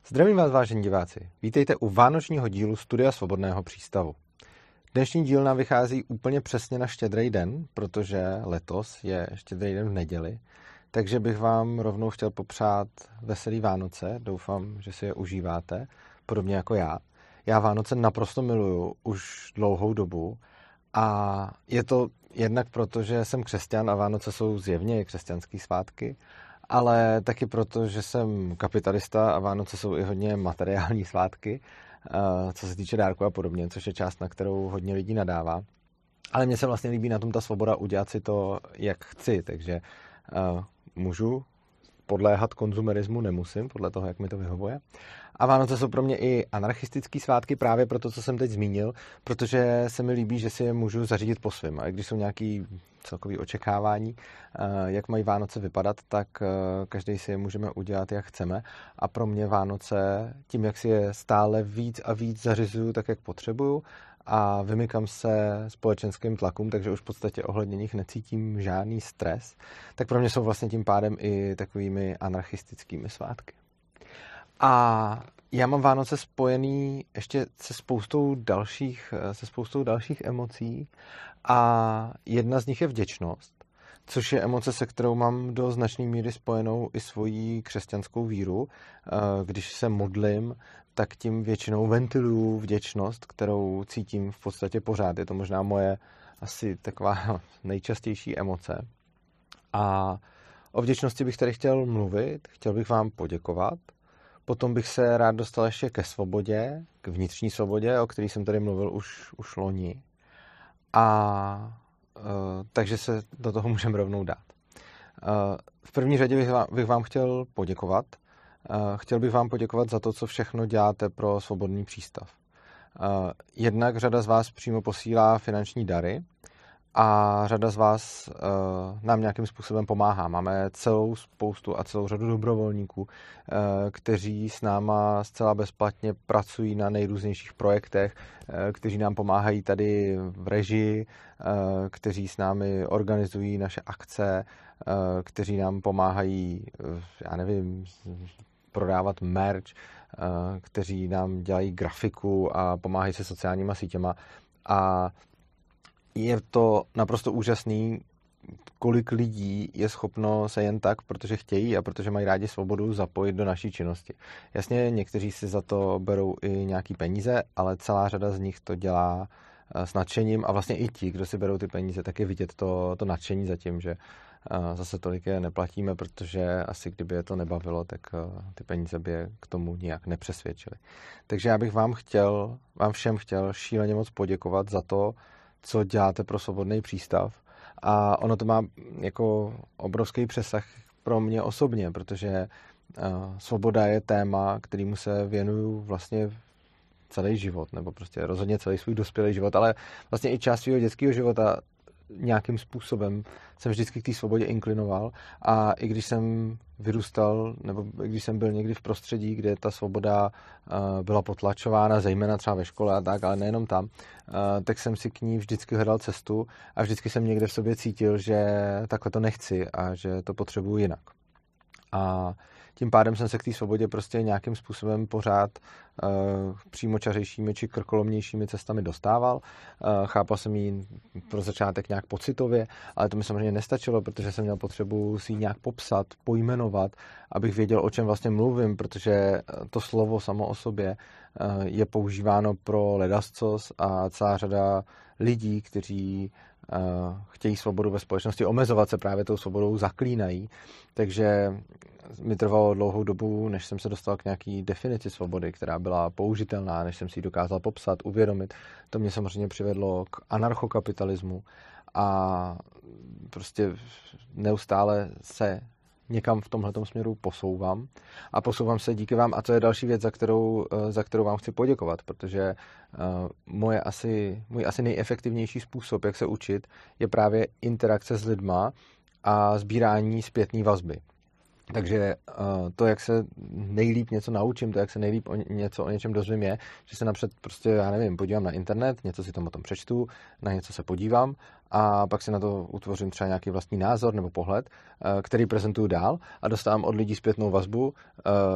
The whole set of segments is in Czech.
Zdravím vás, vážení diváci. Vítejte u vánočního dílu Studia Svobodného přístavu. Dnešní díl nám vychází úplně přesně na Štědrý den, protože letos je Štědrý den v neděli, takže bych vám rovnou chtěl popřát veselý Vánoce. Doufám, že si je užíváte, podobně jako já. Já Vánoce naprosto miluju už dlouhou dobu a je to jednak proto, že jsem křesťan a Vánoce jsou zjevně křesťanský svátky, ale taky proto, že jsem kapitalista a Vánoce jsou i hodně materiální svátky, co se týče dárku a podobně, což je část, na kterou hodně lidí nadává. Ale mně se vlastně líbí na tom ta svoboda udělat si to, jak chci, takže můžu podléhat konzumerismu, nemusím, podle toho, jak mi to vyhovuje. A Vánoce jsou pro mě i anarchistický svátky právě pro to, co jsem teď zmínil, protože se mi líbí, že si je můžu zařídit po svém. A i když jsou nějaké celkové očekávání, jak mají Vánoce vypadat, tak každý si je můžeme udělat, jak chceme. A pro mě Vánoce, tím, jak si je stále víc a víc zařizuju tak, jak potřebuju, a vymykám se společenským tlakům, takže už v podstatě ohledně nich necítím žádný stres, tak pro mě jsou vlastně tím pádem i takovými anarchistickými svátky. A já mám Vánoce spojený ještě se spoustou dalších emocí a jedna z nich je vděčnost, což je emoce, se kterou mám do značné míry spojenou i svoji křesťanskou víru. Když se modlím, tak tím většinou ventiluju vděčnost, kterou cítím v podstatě pořád. Je to možná moje asi taková nejčastější emoce. A o vděčnosti bych tady chtěl mluvit, chtěl bych vám poděkovat. Potom bych se rád dostal ještě ke svobodě, k vnitřní svobodě, o který jsem tady mluvil už loni. Takže se do toho můžeme rovnou dát. V první řadě bych vám chtěl poděkovat. Chtěl bych vám poděkovat za to, co všechno děláte pro Svobodný přístav. Jednak řada z vás přímo posílá finanční dary a řada z vás nám nějakým způsobem pomáhá. Máme celou spoustu a celou řadu dobrovolníků, kteří s náma zcela bezplatně pracují na nejrůznějších projektech, kteří nám pomáhají tady v režii, kteří s námi organizují naše akce, kteří nám pomáhají, já nevím, prodávat merch, kteří nám dělají grafiku a pomáhají se sociálníma sítěma. A je to naprosto úžasný, kolik lidí je schopno se jen tak, protože chtějí a protože mají rádi svobodu, zapojit do naší činnosti. Jasně, někteří si za to berou i nějaký peníze, ale celá řada z nich to dělá s nadšením a vlastně i ti, kdo si berou ty peníze, tak je vidět to nadšení za tím, že zase tolik je neplatíme, protože asi kdyby je to nebavilo, tak ty peníze by je k tomu nijak nepřesvědčily. Takže já bych vám všem chtěl šíleně moc poděkovat za to, co děláte pro Svobodný přístav. A ono to má jako obrovský přesah pro mě osobně, protože svoboda je téma, kterému se věnuju vlastně celý život, nebo prostě rozhodně celý svůj dospělý život, ale vlastně i část svého dětského života nějakým způsobem jsem vždycky k té svobodě inklinoval a i když jsem vyrůstal, nebo i když jsem byl někdy v prostředí, kde ta svoboda byla potlačována, zejména třeba ve škole a tak, ale nejenom tam, tak jsem si k ní vždycky hledal cestu a vždycky jsem někde v sobě cítil, že takhle to nechci a že to potřebuji jinak. A tím pádem jsem se k té svobodě prostě nějakým způsobem pořád přímočařejšími či krkolomnějšími cestami dostával. Chápal jsem ji pro začátek nějak pocitově, ale to mi samozřejmě nestačilo, protože jsem měl potřebu si ji nějak popsat, pojmenovat, abych věděl, o čem vlastně mluvím, protože to slovo samo o sobě je používáno pro ledascos a celá řada lidí, kteří chtějí svobodu ve společnosti omezovat, se právě tou svobodou zaklínají. Takže mi trvalo dlouhou dobu, než jsem se dostal k nějaký definici svobody, která byla použitelná, než jsem si ji dokázal popsat, uvědomit. To mě samozřejmě přivedlo k anarchokapitalismu a prostě neustále se někam v tomhletom směru posouvám a posouvám se díky vám a to je další věc, za kterou vám chci poděkovat, protože můj asi nejefektivnější způsob, jak se učit, je právě interakce s lidma a sbírání zpětné vazby. Takže to, jak se nejlíp něco naučím, to, jak se nejlíp něco o něčem dozvím, je, že se napřed prostě, já nevím, podívám na internet, něco si tam o tom přečtu, na něco se podívám a pak si na to utvořím třeba nějaký vlastní názor nebo pohled, který prezentuju dál a dostávám od lidí zpětnou vazbu,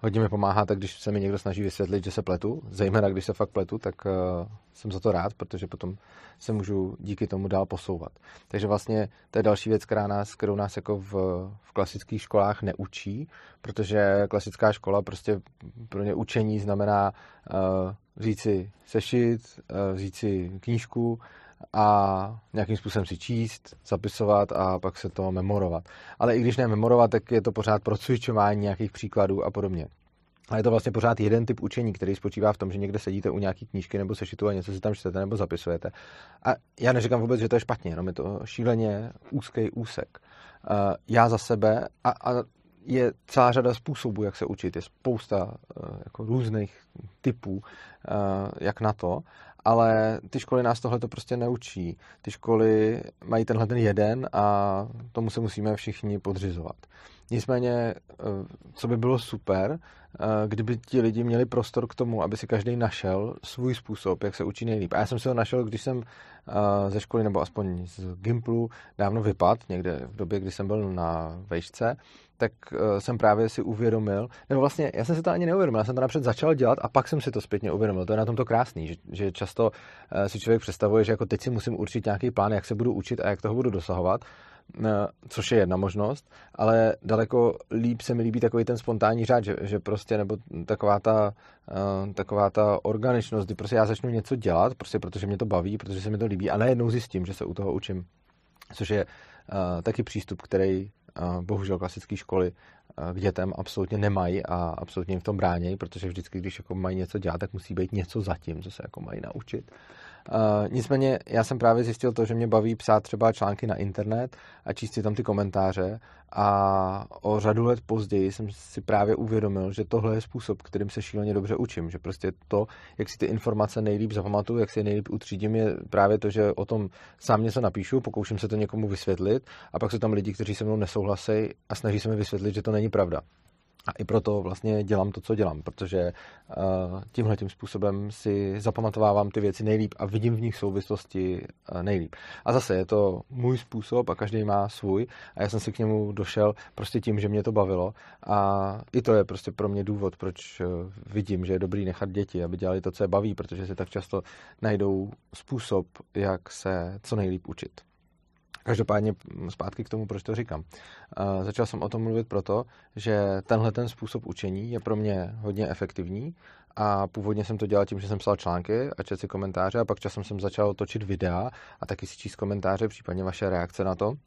Hodně mi pomáhá, tak když se mi někdo snaží vysvětlit, že se pletu, zejména když se fakt pletu, tak jsem za to rád, protože potom se můžu díky tomu dál posouvat. Takže vlastně to je další věc, kterou nás jako v klasických školách neučí, protože klasická škola prostě pro ně učení znamená vzít si sešit, vzít si knížku a nějakým způsobem si číst, zapisovat a pak se to memorovat. Ale i když ne memorovat, tak je to pořád procvičování nějakých příkladů a podobně. A je to vlastně pořád jeden typ učení, který spočívá v tom, že někde sedíte u nějaký knížky nebo sešitu a něco si tam čtete nebo zapisujete. A já neříkám vůbec, že to je špatně, jenom je to šíleně úzký úsek. Já za sebe a je celá řada způsobů, jak se učit. Je spousta jako různých typů, jak na to, ale ty školy nás tohle to prostě neučí. Ty školy mají tenhle ten jeden a tomu se musíme všichni podřizovat. Nicméně, co by bylo super, kdyby ti lidi měli prostor k tomu, aby si každý našel svůj způsob, jak se učí nejlíp. A já jsem si ho našel, když jsem ze školy, nebo aspoň z Gimplu, dávno vypadl, někde v době, kdy jsem byl na vejšce, tak jsem právě si uvědomil, nebo vlastně já jsem si to ani neuvědomil, já jsem to napřed začal dělat a pak jsem si to zpětně uvědomil. To je na tom to krásný, že často si člověk představuje, že jako teď si musím určit nějaký plán, jak se budu učit a jak toho budu dosahovat, což je jedna možnost, ale daleko líp se mi líbí takový ten spontánní řád, že prostě, nebo taková ta organičnost, kdy prostě já začnu něco dělat, prostě protože mě to baví, protože se mi to líbí a najednou zjistím, že se u toho učím, což je taky přístup, který bohužel klasické školy k dětem absolutně nemají a absolutně jim v tom bránějí, protože vždycky, když jako mají něco dělat, tak musí být něco zatím, co se jako mají naučit. Nicméně já jsem právě zjistil to, že mě baví psát třeba články na internet a číst si tam ty komentáře a o řadu let později jsem si právě uvědomil, že tohle je způsob, kterým se šíleně dobře učím, že prostě to, jak si ty informace nejlíp zapamatuju, jak si je nejlíp utřídím, je právě to, že o tom sám něco napíšu, pokouším se to někomu vysvětlit a pak jsou tam lidi, kteří se mnou nesouhlasí a snaží se mi vysvětlit, že to není pravda. A i proto vlastně dělám to, co dělám, protože tímhletím způsobem si zapamatovávám ty věci nejlíp a vidím v nich souvislosti nejlíp. A zase je to můj způsob a každý má svůj a já jsem si k němu došel prostě tím, že mě to bavilo a i to je prostě pro mě důvod, proč vidím, že je dobrý nechat děti, aby dělali to, co je baví, protože si tak často najdou způsob, jak se co nejlíp učit. Každopádně zpátky k tomu, proč to říkám. Začal jsem o tom mluvit proto, že tenhle ten způsob učení je pro mě hodně efektivní a původně jsem to dělal tím, že jsem psal články a četl si komentáře a pak časem jsem začal točit videa a taky si číst komentáře, případně vaše reakce na to.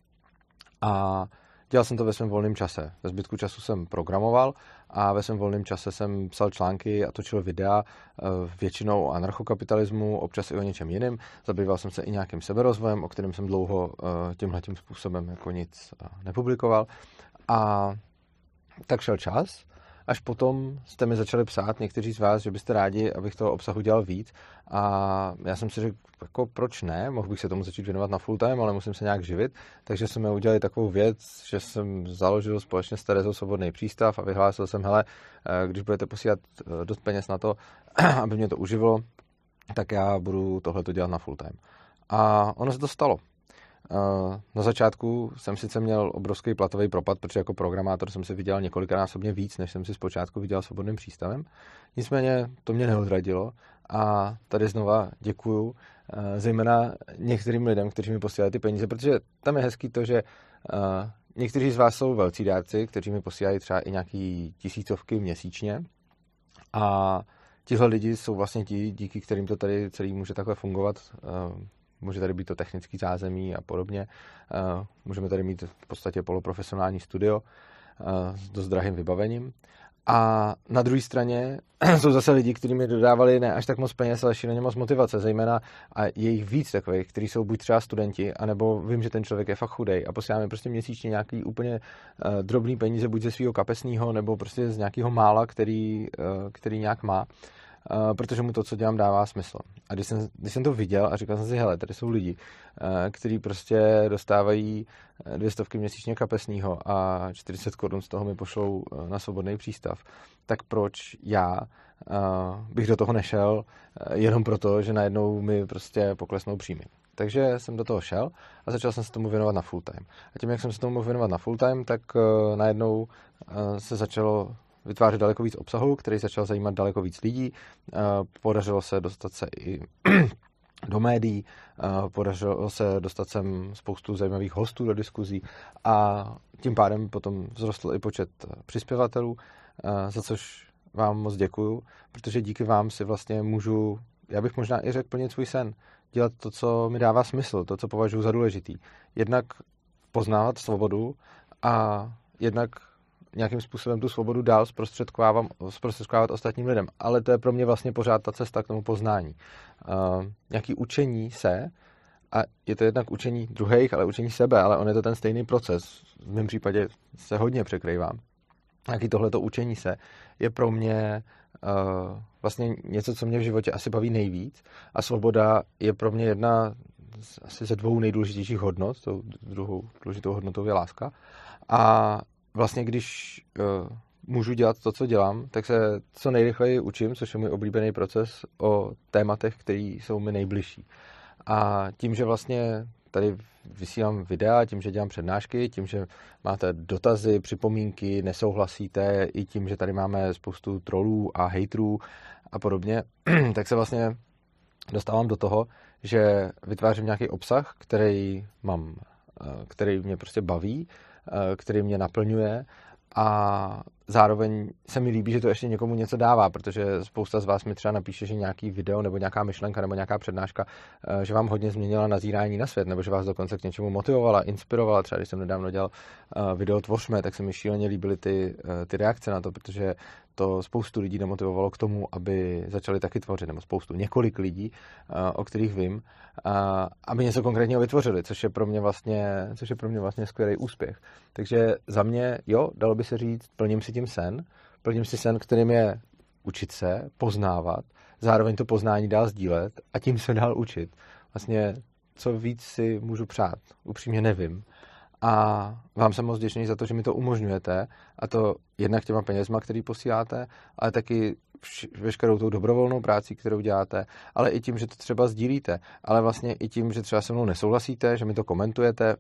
A dělal jsem to ve svém volném čase. Ve zbytku času jsem programoval a ve svém volném čase jsem psal články a točil videa, většinou o anarchokapitalismu, občas i o něčem jiném. Zabýval jsem se i nějakým seberozvojem, o kterém jsem dlouho tímhletím způsobem jako nic nepublikoval. A tak šel čas, až potom jste mi začali psát někteří z vás, že byste rádi, abych toho obsahu dělal víc. A já jsem si řekl, jako proč ne, mohl bych se tomu začít věnovat na full time, ale musím se nějak živit. Takže jsme udělali takovou věc, že jsem založil společně s Terezou Svobodný přístav a vyhlásil jsem, hele, když budete posílat dost peněz na to, aby mě to uživilo, tak já budu tohleto dělat na full time. A ono se to stalo. Na začátku jsem sice měl obrovský platový propad, protože jako programátor jsem si vydělal několikanásobně víc, než jsem si zpočátku vydělal Svobodným přístavem. Nicméně to mě neodradilo a tady znova děkuju zejména některým lidem, kteří mi posílají ty peníze, protože tam je hezký to, že někteří z vás jsou velcí dárci, kteří mi posílají třeba i nějaký tisícovky měsíčně a tihle lidi jsou vlastně ti, díky kterým to tady celý může takhle fungovat. Může tady být to technický zázemí a podobně. Můžeme tady mít v podstatě poloprofesionální studio s dost drahým vybavením. A na druhé straně jsou zase lidi, kteří mi dodávali ne až tak moc peněz, ale šíleně moc motivace, zejména a je jich víc takových, kteří jsou buď třeba studenti, anebo vím, že ten člověk je fakt chudej a posílá mi prostě měsíčně nějaký úplně drobný peníze, buď ze svého kapesního, nebo prostě z nějakého mála, který nějak má. Protože mu to, co dělám, dává smysl. A když jsem to viděl a říkal jsem si, hele, tady jsou lidi, kteří prostě dostávají 200 měsíčně kapesního a 40 korun z toho mi pošlou na Svobodný přístav, tak proč já bych do toho nešel jenom proto, že najednou mi prostě poklesnou příjmy. Takže jsem do toho šel a začal jsem se tomu věnovat na full time. A tím, jak jsem se tomu věnovat na full time, tak najednou se začalo vytvářet daleko víc obsahu, který začal zajímat daleko víc lidí. Podařilo se dostat se i do médií, podařilo se dostat sem spoustu zajímavých hostů do diskuzí a tím pádem potom vzrostl i počet přispěvatelů, za což vám moc děkuju, protože díky vám si vlastně můžu, já bych možná i řekl, plnit svůj sen. Dělat to, co mi dává smysl, to, co považuji za důležitý. Jednak poznávat svobodu a jednak nějakým způsobem tu svobodu dál zprostředkovávat ostatním lidem. Ale to je pro mě vlastně pořád ta cesta k tomu poznání. Nějaký učení se, a je to jednak učení druhých, ale učení sebe, ale on je to ten stejný proces. V mém případě se hodně překrývám. Nějaký tohleto učení se je pro mě vlastně něco, co mě v životě asi baví nejvíc a svoboda je pro mě jedna asi ze dvou nejdůležitějších hodnot. Tou druhou důležitou hodnotou je láska. A vlastně když můžu dělat to, co dělám, tak se co nejrychleji učím, což je můj oblíbený proces, o tématech, které jsou mi nejbližší. A tím, že vlastně tady vysílám videa, tím, že dělám přednášky, tím, že máte dotazy, připomínky, nesouhlasíte, i tím, že tady máme spoustu trolů a hejtrů a podobně, tak se vlastně dostávám do toho, že vytvářím nějaký obsah, který mě prostě baví, který mě naplňuje a zároveň se mi líbí, že to ještě někomu něco dává, protože spousta z vás mi třeba napíše, že nějaký video nebo nějaká myšlenka nebo nějaká přednáška, že vám hodně změnila nazírání na svět, nebo že vás dokonce k něčemu motivovala, inspirovala. Třeba když jsem nedávno dělal video Tvořme, tak se mi šíleně líbily ty reakce na to, protože to spoustu lidí demotivovalo k tomu, aby začali taky tvořit, nebo několik lidí, o kterých vím, aby něco konkrétního vytvořili, což je pro mě vlastně skvělý úspěch. Takže za mě, jo, dalo by se říct, plním si sen, kterým je učit se, poznávat, zároveň to poznání dál sdílet a tím se dál učit. Vlastně co víc si můžu přát, upřímně nevím. A vám jsem moc vděčný za to, že mi to umožňujete, a to jednak těma penězma, který posíláte, ale taky veškerou tou dobrovolnou práci, kterou děláte, ale i tím, že to třeba sdílíte, ale vlastně i tím, že třeba se mnou nesouhlasíte, že mi to komentujete,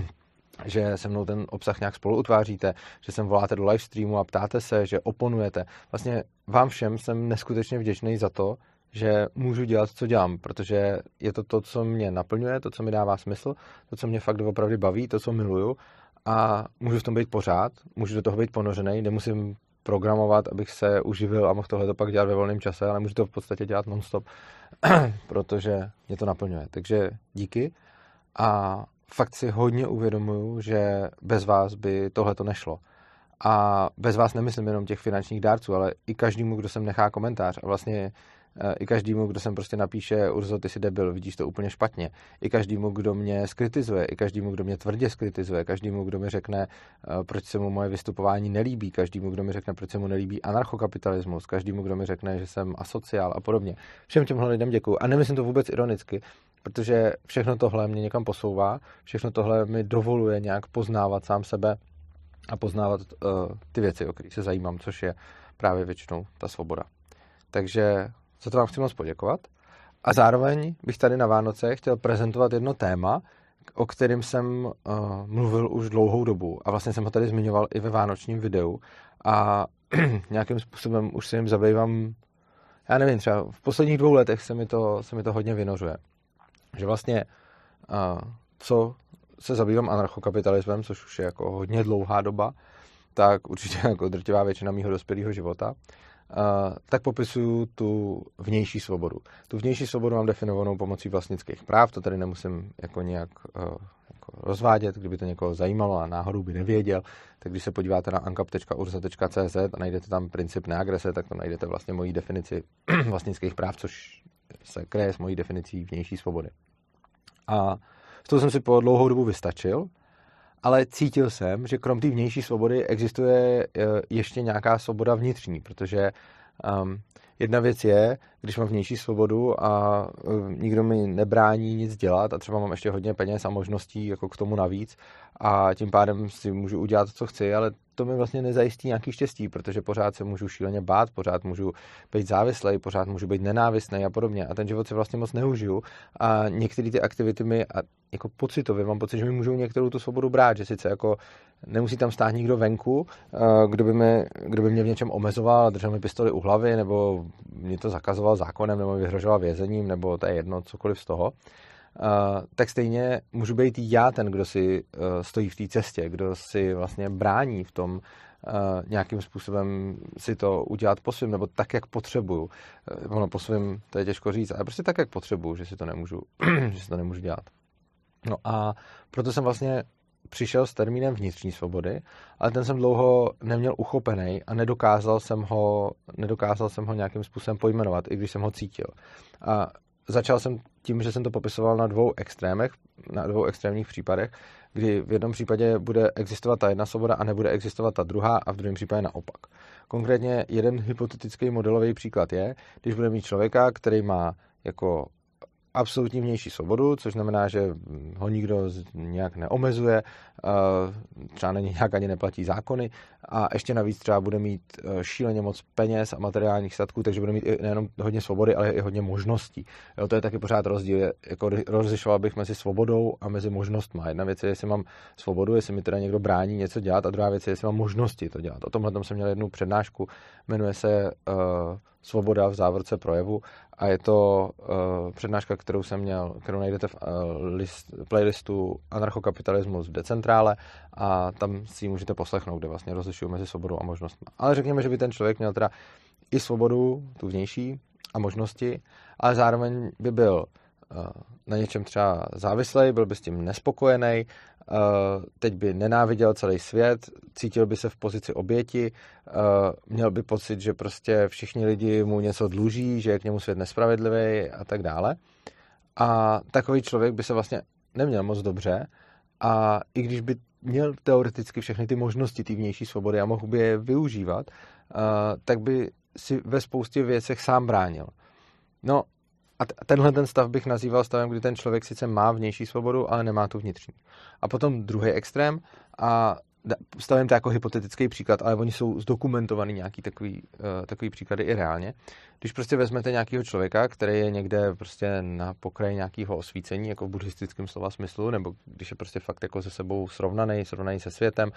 že se mnou ten obsah nějak spolu utváříte, že sem voláte do livestreamu a ptáte se, že oponujete. Vlastně vám všem jsem neskutečně vděčný za to, že můžu dělat, co dělám, protože je to, co mě naplňuje, to, co mi dává smysl, to, co mě fakt opravdu baví, to, co miluju a můžu v tom být pořád, můžu do toho být ponořený, nemusím programovat, abych se uživil a mohl tohle pak dělat ve volném čase, ale můžu to v podstatě dělat non-stop, protože mě to naplňuje. Takže díky a fakt si hodně uvědomuju, že bez vás by tohle to nešlo. A bez vás nemyslím jenom těch finančních dárců, ale i každému, kdo sem nechá komentář a vlastně i každému, kdo sem prostě napíše Urzo, ty jsi debil, vidíš to úplně špatně. I každému, kdo mě skritizuje, i každému, kdo mě tvrdě skritizuje, každému, kdo mi řekne, proč se mu moje vystupování nelíbí, každému, kdo mi řekne, proč se mu nelíbí anarchokapitalismus, každému, kdo mi řekne, že jsem asociál a podobně. Všem těmhle lidem děkuju. A nemyslím to vůbec ironicky, protože všechno tohle mě někam posouvá, všechno tohle mi dovoluje nějak poznávat sám sebe a poznávat ty věci, o kterých se zajímám, což je právě většinou ta svoboda. Takže za to vám chci moc poděkovat. A zároveň bych tady na Vánoce chtěl prezentovat jedno téma, o kterém jsem mluvil už dlouhou dobu. A vlastně jsem ho tady zmiňoval i ve vánočním videu. A nějakým způsobem už se jim zabývám, já nevím, třeba v posledních 2 letech se mi to hodně vynořuje. Že vlastně, co se zabývám anarchokapitalismem, což už je jako hodně dlouhá doba, tak určitě jako drtivá většina mýho dospělého života, tak popisuju tu vnější svobodu. Tu vnější svobodu mám definovanou pomocí vlastnických práv, to tady nemusím jako nějak jako rozvádět, kdyby to někoho zajímalo a náhodou by nevěděl, tak když se podíváte na ankap.urza.cz a najdete tam princip neagrese, tak tam najdete vlastně moji definici vlastnických práv, což se kryje s mojí definicí vnější svobody. A s tou jsem si po dlouhou dobu vystačil, ale cítil jsem, že krom té vnější svobody existuje ještě nějaká svoboda vnitřní, protože jedna věc je, když mám vnější svobodu a nikdo mi nebrání nic dělat a třeba mám ještě hodně peněz a možností jako k tomu navíc a tím pádem si můžu udělat, co chci, ale to mi vlastně nezajistí nějaký štěstí, protože pořád se můžu šíleně bát, pořád můžu být závislej, pořád můžu být nenávistný a podobně a ten život si vlastně moc neužiju a některé ty aktivity mi a jako pocitově mám pocit, že mi můžou některou tu svobodu brát, že sice jako nemusí tam stát nikdo venku, kdo by mě v něčem omezoval, držel mi pistoli u hlavy, nebo mě to zakazoval zákonem, nebo vyhrožoval vězením, nebo to je jedno, cokoliv z toho, tak stejně můžu být já ten, kdo si stojí v té cestě, kdo si vlastně brání v tom nějakým způsobem si to udělat po svým, nebo tak, jak potřebuju. Ono po svým, to je těžko říct, ale prostě tak, jak potřebuju, že si to nemůžu, že si to nemůžu dělat. No a proto jsem vlastně přišel s termínem vnitřní svobody, ale ten jsem dlouho neměl uchopený a nedokázal jsem ho nějakým způsobem pojmenovat, i když jsem ho cítil. A začal jsem tím, že jsem to popisoval na dvou extrémech, na dvou extrémních případech, kdy v jednom případě bude existovat ta jedna svoboda a nebude existovat ta druhá a v druhém případě naopak. Konkrétně jeden hypotetický modelový příklad je, když bude mít člověka, který má jako absolutní vnější svobodu, což znamená, že ho nikdo nějak neomezuje, třeba nějak ani neplatí zákony a ještě navíc třeba bude mít šíleně moc peněz a materiálních statků, takže bude mít nejenom hodně svobody, ale i hodně možností. Jo, to je taky pořád rozdíl. Jako rozlišoval bych mezi svobodou a mezi možnostmi. Jedna věc je, jestli mám svobodu, jestli mi teda někdo brání něco dělat, a druhá věc je, jestli mám možnosti to dělat. O tomhle jsem měl jednu přednášku, jmenuje se Svoboda v závorce projevu a je to přednáška, kterou najdete v playlistu Anarchokapitalismus v decentrále a tam si ji můžete poslechnout, kde vlastně rozlišuju mezi svobodou a možnostmi. Ale řekněme, že by ten člověk měl teda i svobodu, tu vnější, a možnosti, ale zároveň by byl na něčem třeba závislej, byl by s tím nespokojený, teď by nenáviděl celý svět, cítil by se v pozici oběti, měl by pocit, že prostě všichni lidi mu něco dluží, že je k němu svět nespravedlivý a tak dále. A takový člověk by se vlastně neměl moc dobře a i když by měl teoreticky všechny ty možnosti té vnější svobody a mohl by je využívat, tak by si ve spoustě věcech sám bránil. No a tenhle ten stav bych nazýval stavem, kdy ten člověk sice má vnější svobodu, ale nemá tu vnitřní. A potom druhý extrém a stavím to jako hypotetický příklad, ale oni jsou zdokumentovaný nějaký takový příklady i reálně. Když prostě vezmete nějakého člověka, který je někde prostě na pokraji nějakého osvícení, jako v buddhistickém slova smyslu, nebo když je prostě fakt jako se sebou srovnaný se světem,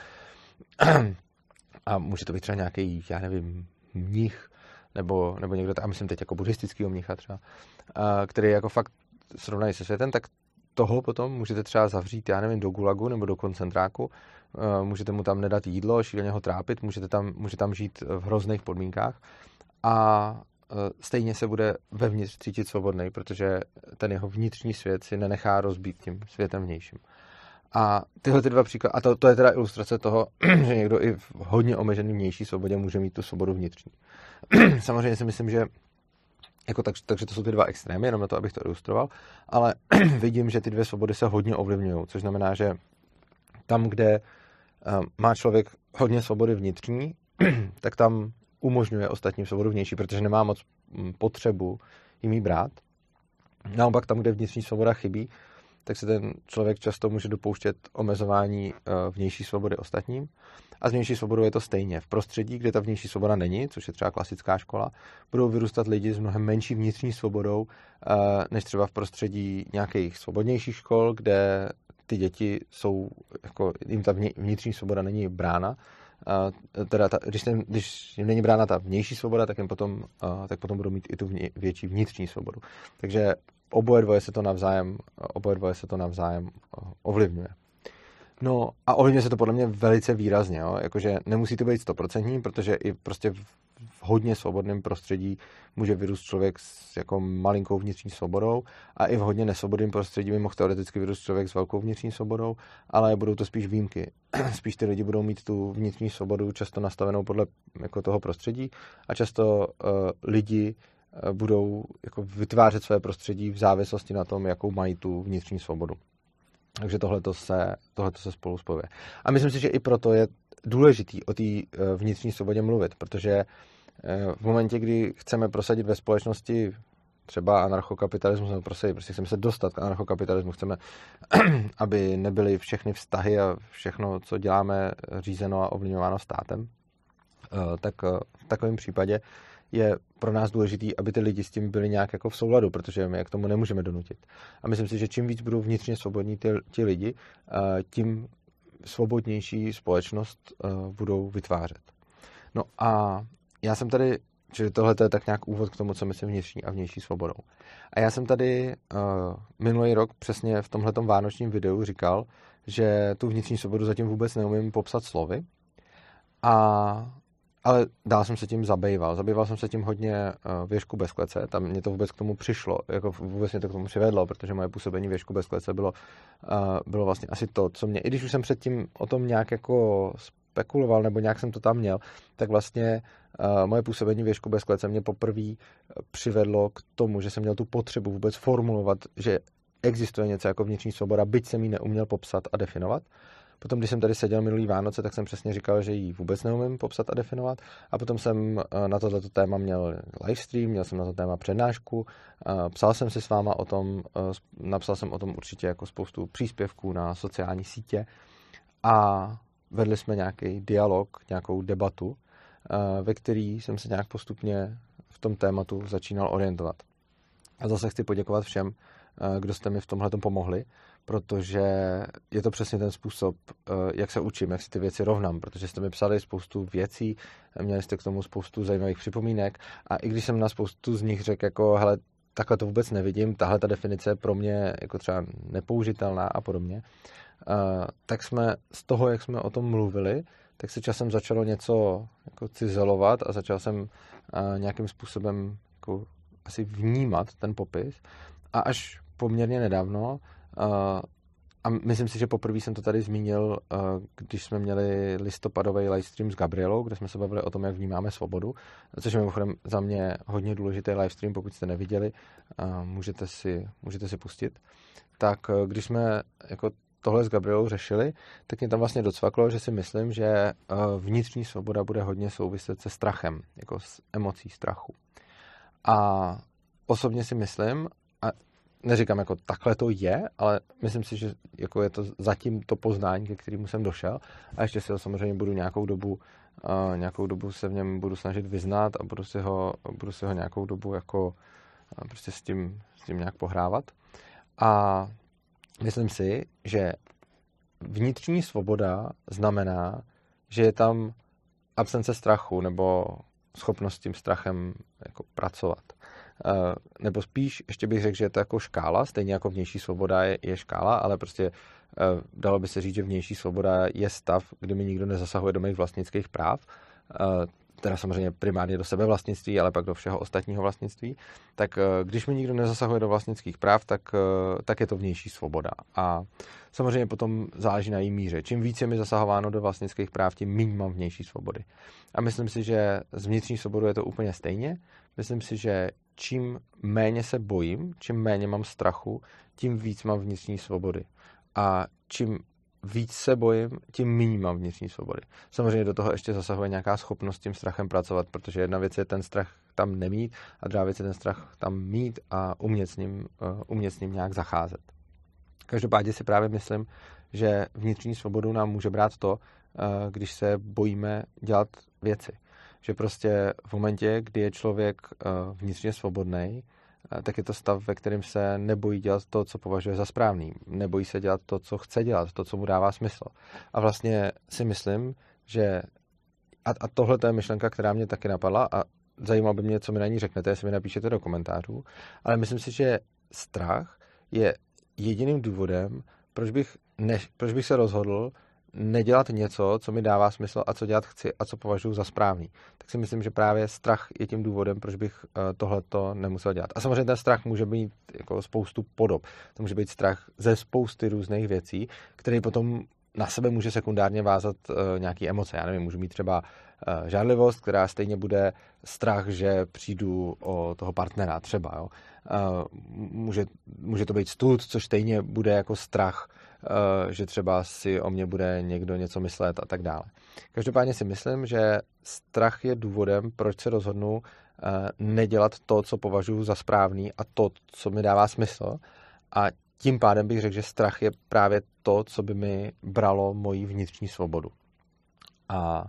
a může to být třeba nějaký, já nevím, mnich, nebo někdo, a myslím teď jako buddhistického mnicha třeba, který je jako fakt srovnaný se světem, tak toho potom můžete třeba zavřít, já nevím, do gulagu nebo do koncentráku, můžete mu tam nedat jídlo, šíleně ho trápit, může tam žít v hrozných podmínkách a stejně se bude vevnitř cítit svobodný, protože ten jeho vnitřní svět si nenechá rozbít tím světem vnějším. A tyhle ty dva příklady, a to je teda ilustrace toho, že někdo i v hodně omezený vnější svobodě může mít tu svobodu vnitřní. Samozřejmě si myslím, že jako takže to jsou ty dva extrémy, jenom na to, abych to ilustroval, ale vidím, že ty dvě svobody se hodně ovlivňují, což znamená, že tam, kde má člověk hodně svobody vnitřní, tak tam umožňuje ostatním svobodu vnější, protože nemá moc potřebu jim jí brát. Naopak tam, kde vnitřní svoboda chybí, tak se ten člověk často může dopouštět omezování vnější svobody ostatním. A s vnější svobodou je to stejně. V prostředí, kde ta vnější svoboda není, což je třeba klasická škola, budou vyrůstat lidi s mnohem menší vnitřní svobodou, než třeba v prostředí nějakých svobodnějších škol, kde ty děti jsou, jako jim ta vnitřní svoboda není brána. Když jim není brána ta vnější svoboda, tak potom budou mít i tu větší vnitřní svobodu. Takže oboje dvoje se to navzájem ovlivňuje. No a ovlivňuje se to podle mě velice výrazně, jo? Jakože nemusí to být 100%, protože i prostě v hodně svobodném prostředí může vyrůst člověk s jako malinkou vnitřní svobodou a i v hodně nesvobodném prostředí by mohl teoreticky vyrůst člověk s velkou vnitřní svobodou, ale budou to spíš výjimky. Spíš ty lidi budou mít tu vnitřní svobodu často nastavenou podle jako toho prostředí a často lidi budou jako vytvářet své prostředí v závislosti na tom, jakou mají tu vnitřní svobodu. Takže tohleto se spolu spojuje. A myslím si, že i proto je důležitý o té vnitřní svobodě mluvit, protože v momentě, kdy chceme prosadit ve společnosti třeba anarchokapitalismus, nebo prostě chceme se dostat k anarchokapitalismu, chceme, aby nebyly všechny vztahy a všechno, co děláme, řízeno a ovlivňováno státem, tak v takovém případě je pro nás důležitý, aby ty lidi s tím byli nějak jako v souladu, protože my je k tomu nemůžeme donutit. A myslím si, že čím víc budou vnitřně svobodní ti lidi, tím svobodnější společnost budou vytvářet. No a já jsem tady, že tohle je tak nějak úvod k tomu, co myslím vnitřní a vnější svobodou. A já jsem tady minulý rok přesně v tomhletom vánočním videu říkal, že tu vnitřní svobodu zatím vůbec neumím popsat slovy, ale dál jsem se tím zabýval. Zabýval jsem se tím hodně v Ježku bez klece, tam mě to vůbec k tomu přišlo, jako vůbec mě to k tomu přivedlo, protože moje působení v Ježku bez klece bylo vlastně asi to, co mě, i když už jsem předtím o tom nějak jako spekuloval, nebo nějak jsem to tam měl, tak vlastně moje působení v Ježku bez klece mě poprvé přivedlo k tomu, že jsem měl tu potřebu vůbec formulovat, že existuje něco jako vnitřní svoboda, byť jsem ji neuměl popsat a definovat. Potom, když jsem tady seděl minulý Vánoce, tak jsem přesně říkal, že ji vůbec neumím popsat a definovat. A potom jsem na tohleto téma měl livestream, měl jsem na to téma přednášku, psal jsem si s váma o tom, napsal jsem o tom určitě jako spoustu příspěvků na sociální sítě a vedli jsme nějaký dialog, nějakou debatu, ve který jsem se nějak postupně v tom tématu začínal orientovat. A zase chci poděkovat všem, kdo jste mi v tomhletom pomohli, protože je to přesně ten způsob, jak se učím, jak si ty věci rovnám, protože jste mi psali spoustu věcí, měli jste k tomu spoustu zajímavých připomínek a i když jsem na spoustu z nich řekl jako, hele, takhle to vůbec nevidím, tahle ta definice je pro mě jako třeba nepoužitelná a podobně, tak jsme z toho, jak jsme o tom mluvili, tak se časem začalo něco jako cizelovat a začal jsem nějakým způsobem jako asi vnímat ten popis a až poměrně nedávno a myslím si, že poprvé jsem to tady zmínil, když jsme měli listopadový livestream s Gabrielou, kde jsme se bavili o tom, jak vnímáme svobodu, což je mimochodem za mě hodně důležitý livestream, pokud jste neviděli, můžete si pustit. Tak když jsme jako tohle s Gabrielou řešili, tak mě tam vlastně docvaklo, že si myslím, že vnitřní svoboda bude hodně souviset se strachem, jako s emocí strachu. A osobně si myslím, a neříkám jako takhle to je, ale myslím si, že jako je to zatím to poznání, ke kterému jsem došel a ještě si ho samozřejmě budu nějakou dobu se v něm budu snažit vyznat a budu si ho nějakou dobu jako prostě s tím nějak pohrávat. A myslím si, že vnitřní svoboda znamená, že je tam absence strachu nebo schopnost s tím strachem jako pracovat. Nebo spíš, ještě bych řekl, že je to jako škála, stejně jako vnější svoboda je škála, ale prostě dalo by se říct, že vnější svoboda je stav, kdy mi nikdo nezasahuje do mých vlastnických práv, teda samozřejmě primárně do sebevlastnictví, ale pak do všeho ostatního vlastnictví, tak když mi nikdo nezasahuje do vlastnických práv, tak je to vnější svoboda. A samozřejmě potom záleží na její míře. Čím více je mi zasahováno do vlastnických práv, tím méně mám vnější svobody. A myslím si, že s vnitřní svobodou je to úplně stejně. Myslím si, že čím méně se bojím, čím méně mám strachu, tím víc mám vnitřní svobody. A čím víc se bojím, tím méně mám vnitřní svobody. Samozřejmě do toho ještě zasahuje nějaká schopnost s tím strachem pracovat, protože jedna věc je ten strach tam nemít a druhá věc je ten strach tam mít a umět s ním nějak zacházet. Každopádně si právě myslím, že vnitřní svobodu nám může brát to, když se bojíme dělat věci. Že prostě v momentě, kdy je člověk vnitřně svobodný, tak je to stav, ve kterém se nebojí dělat to, co považuje za správný. Nebojí se dělat to, co chce dělat, to, co mu dává smysl. A vlastně si myslím, že a tohle je myšlenka, která mě taky napadla a zajímalo by mě, co mi na ní řeknete, jestli mi napíšete do komentářů, ale myslím si, že strach je jediným důvodem, proč bych se rozhodl nedělat něco, co mi dává smysl a co dělat chci a co považuji za správný. Tak si myslím, že právě strach je tím důvodem, proč bych tohleto nemusel dělat. A samozřejmě ten strach může být jako spoustu podob. To může být strach ze spousty různých věcí, který potom na sebe může sekundárně vázat nějaké emoce. Já nevím, můžu mít třeba žárlivost, která stejně bude strach, že přijdu o toho partnera třeba. Jo. Může to být stud, což stejně bude jako strach, že třeba si o mě bude někdo něco myslet a tak dále. Každopádně si myslím, že strach je důvodem, proč se rozhodnu nedělat to, co považuji za správný a to, co mi dává smysl. A tím pádem bych řekl, že strach je právě to, co by mi bralo moji vnitřní svobodu. A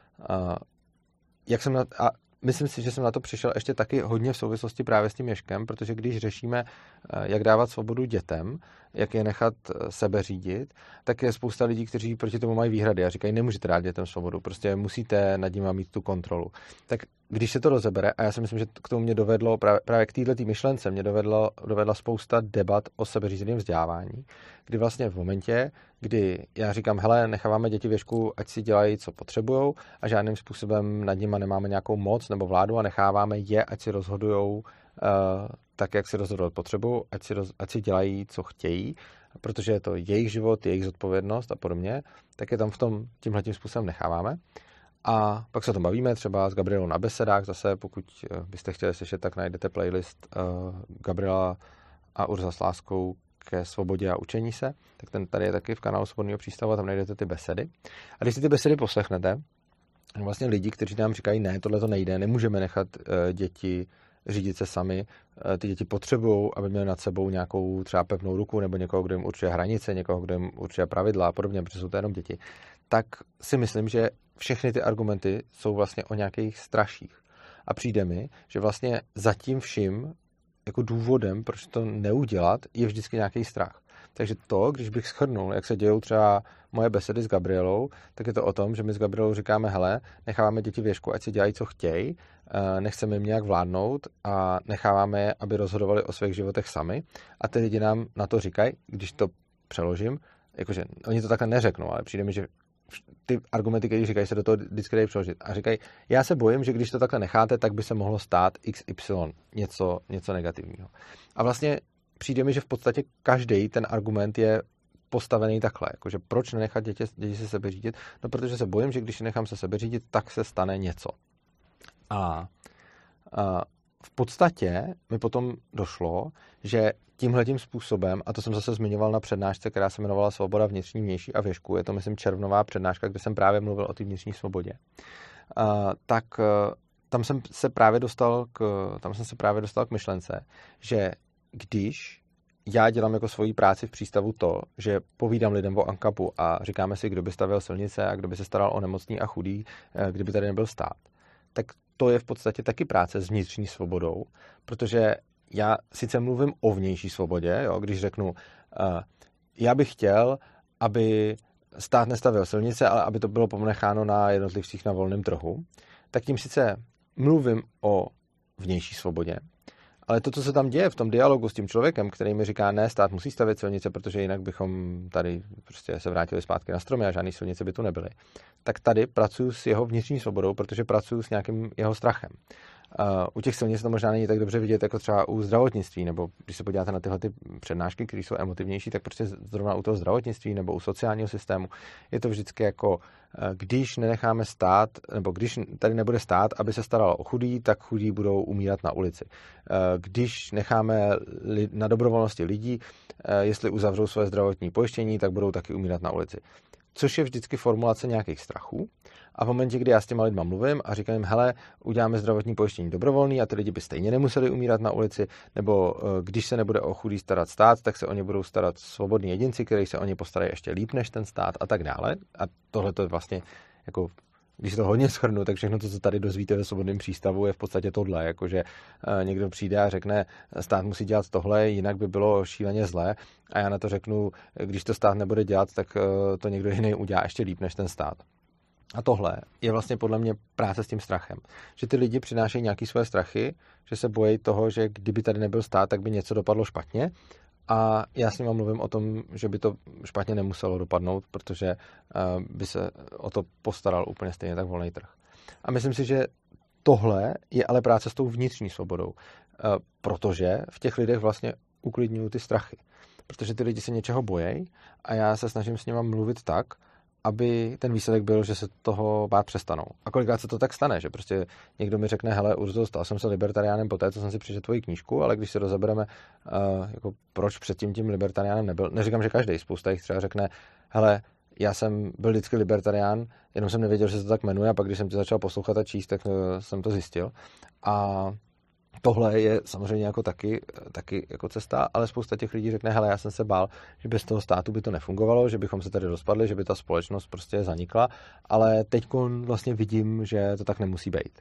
myslím si, že jsem na to přišel ještě taky hodně v souvislosti právě s tím Ježkem, protože když řešíme, jak dávat svobodu dětem, jak je nechat sebe řídit, tak je spousta lidí, kteří proti tomu mají výhrady a říkají, nemůžete dát dětem svobodu, prostě musíte nad nimi mít tu kontrolu. Tak když se to rozebere, a já si myslím, že k tomu mě dovedlo, právě k této myšlence, mě dovedla spousta debat o sebeřízeném vzdělávání, kdy vlastně v momentě, kdy já říkám, hele, necháváme děti v Ježku, ať si dělají, co potřebujou a žádným způsobem nad nimi nemáme nějakou moc nebo vládu a necháváme je, ať si rozhodujou tak, jak si rozhodovat potřebují, ať si dělají, co chtějí, protože je to jejich život, jejich zodpovědnost a podobně, tak je tam v tom tímhletím způsobem necháváme. A pak se o tom bavíme třeba s Gabrielou na besedách, zase pokud byste chtěli slyšet, tak najdete playlist Gabriela a Urza s láskou ke svobodě a učení se, tak ten tady je taky v kanálu Svobodného přístavu a tam najdete ty besedy. A když si ty besedy poslechnete, vlastně lidi, kteří nám říkají, ne, tohle to nejde, nemůžeme nechat děti řídit se sami, ty děti potřebují, aby měli nad sebou nějakou třeba pevnou ruku nebo někoho, kdo jim určuje hranice, někoho, kdo jim určuje pravidla a podobně, protože jsou to jenom děti, tak si myslím, že všechny ty argumenty jsou vlastně o nějakých straších. A přijde mi, že vlastně zatím vším jako důvodem, proč to neudělat, je vždycky nějaký strach. Takže to, když bych shrnul, jak se dějou třeba moje besedy s Gabrielou, tak je to o tom, že my s Gabrielou říkáme, hele, necháváme děti v Ježku, ať si dělají, co chtějí, nechceme jim nějak vládnout a necháváme je, aby rozhodovali o svých životech sami. A ty lidi nám na to říkají, když to přeložím, jakože oni to takhle neřeknou, ale přijde mi, že ty argumenty, které říkají, se do toho vždycky dají přeložit. A říkají, já se bojím, že když to takhle necháte, tak by se mohlo stát XY, něco negativního. A vlastně přijde mi, že v podstatě každý ten argument je postavený takhle, jakože proč nenechat děti se sebe řídit? No, protože se bojím, že když je nechám se sebe řídit, tak se stane něco. A v podstatě mi potom došlo, že tímhletím způsobem, a to jsem zase zmiňoval na přednášce, která se jmenovala Svoboda vnitřní, vnější a v Ježku, je to, myslím, červnová přednáška, kde jsem právě mluvil o té vnitřní svobodě, tak tam jsem se právě dostal k myšlence, že když já dělám jako svoji práci v přístavu to, že povídám lidem o ANCAPu a říkáme si, kdo by stavěl silnice a kdo by se staral o nemocný a chudý, kdyby tady nebyl stát, tak to je v podstatě taky práce s vnitřní svobodou, protože já sice mluvím o vnější svobodě, jo, když řeknu, já bych chtěl, aby stát nestavěl silnice, ale aby to bylo ponecháno na jednotlivcích na volném trhu, tak tím sice mluvím o vnější svobodě, ale to, co se tam děje v tom dialogu s tím člověkem, který mi říká, ne, stát musí stavět silnice, protože jinak bychom tady prostě se vrátili zpátky na stromy a žádný silnice by tu nebyly, tak tady pracuji s jeho vnitřní svobodou, protože pracuji s nějakým jeho strachem. U těch silnic to možná není tak dobře vidět, jako třeba u zdravotnictví, nebo když se podíváte na tyhle ty přednášky, které jsou emotivnější, tak prostě zrovna u toho zdravotnictví nebo u sociálního systému je to vždycky jako, když nenecháme stát, nebo když tady nebude stát, aby se staralo o chudí, tak chudí budou umírat na ulici. Když necháme na dobrovolnosti lidí, jestli uzavřou své zdravotní pojištění, tak budou taky umírat na ulici. Což je vždycky formulace nějakých strachů. A v momentě, kdy já s těma lidma mluvím a říkám jim, hele, uděláme zdravotní pojištění dobrovolný a ty lidi by stejně nemuseli umírat na ulici, nebo když se nebude o chudý starat stát, tak se o ně budou starat svobodní jedinci, kteří se o ně postarají ještě líp než ten stát a tak dále. A tohle to je vlastně jako, když to hodně shrnu, tak všechno to, co tady dozvíte ve Svobodném přístavu, je v podstatě tohle, jakože někdo přijde a řekne, stát musí dělat tohle, jinak by bylo šíleně zlé. A já na to řeknu, když to stát nebude dělat, tak to někdo jiný udělá ještě líp než ten stát. A tohle je vlastně podle mě práce s tím strachem. Že ty lidi přinášejí nějaké své strachy, že se bojí toho, že kdyby tady nebyl stát, tak by něco dopadlo špatně. A já s nimi mluvím o tom, že by to špatně nemuselo dopadnout, protože by se o to postaral úplně stejně tak volný trh. A myslím si, že tohle je ale práce s tou vnitřní svobodou, protože v těch lidech vlastně uklidňují ty strachy. Protože ty lidi se něčeho bojejí a já se snažím s nimi mluvit tak, aby ten výsledek byl, že se toho bát přestanou. A kolikrát se to tak stane, že prostě někdo mi řekne, hele Urzo, stal jsem se libertariánem po té, co jsem si přečetl tvoji knížku, ale když si rozebereme, jako proč předtím tím libertariánem nebyl, neříkám, že každý, spousta jich třeba řekne, hele, já jsem byl vždycky libertarián, jenom jsem nevěděl, že se to tak jmenuje, a pak když jsem tě začal poslouchat a číst, tak jsem to zjistil. A tohle je samozřejmě jako taky jako cesta, ale spousta těch lidí řekne, hele, já jsem se bál, že bez toho státu by to nefungovalo, že bychom se tady rozpadli, že by ta společnost prostě zanikla, ale teď vlastně vidím, že to tak nemusí být.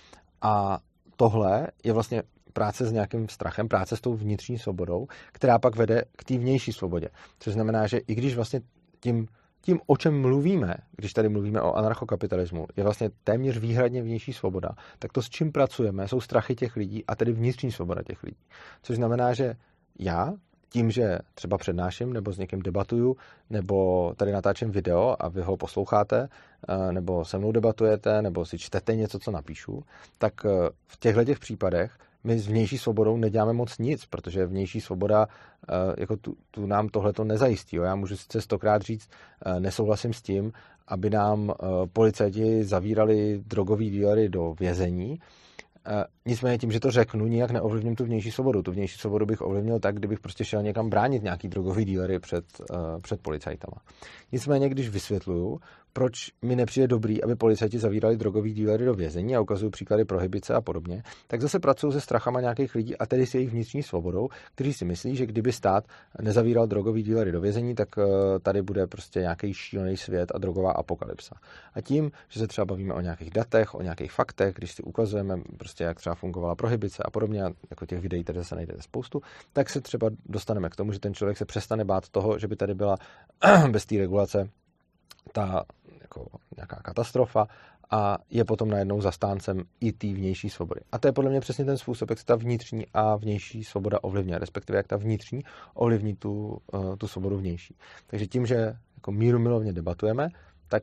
A tohle je vlastně práce s nějakým strachem, práce s tou vnitřní svobodou, která pak vede k té vnější svobodě. Což znamená, že i když vlastně tím, o čem mluvíme, když tady mluvíme o anarchokapitalismu, je vlastně téměř výhradně vnější svoboda, tak to, s čím pracujeme, jsou strachy těch lidí a tedy vnitřní svoboda těch lidí. Což znamená, že já tím, že třeba přednáším, nebo s někým debatuju, nebo tady natáčím video a vy ho posloucháte, nebo se mnou debatujete, nebo si čtete něco, co napíšu, tak v těchto případech my s vnější svobodou neděláme moc nic, protože vnější svoboda jako tu nám tohleto nezajistí. Jo. Já můžu sice 100krát říct, nesouhlasím s tím, aby nám policajti zavírali drogový dílery do vězení. Nicméně tím, že to řeknu, nijak neovlivním tu vnější svobodu. Tu vnější svobodu bych ovlivnil tak, kdybych prostě šel někam bránit nějaký drogový dílery před policajtama. Nicméně, když vysvětluju, proč mi nepřijde dobrý, aby policajti zavírali drogový dílery do vězení a ukazují příklady prohibice a podobně, tak zase pracují se strachama nějakých lidí a tedy s jejich vnitřní svobodou, kteří si myslí, že kdyby stát nezavíral drogový dílery do vězení, tak tady bude prostě nějaký šílený svět a drogová apokalypsa. A tím, že se třeba bavíme o nějakých datech, o nějakých faktech, když si ukazujeme prostě, jak třeba fungovala prohibice a podobně, jako těch videí tady se najdete spoustu, tak se třeba dostaneme k tomu, že ten člověk se přestane bát toho, že by tady byla bez té regulace ta jako nějaká katastrofa a je potom najednou zastáncem i té vnější svobody. A to je podle mě přesně ten způsob, jak se ta vnitřní a vnější svoboda ovlivňuje, respektive jak ta vnitřní ovlivní tu svobodu vnější. Takže tím, že jako mírumilovně debatujeme, tak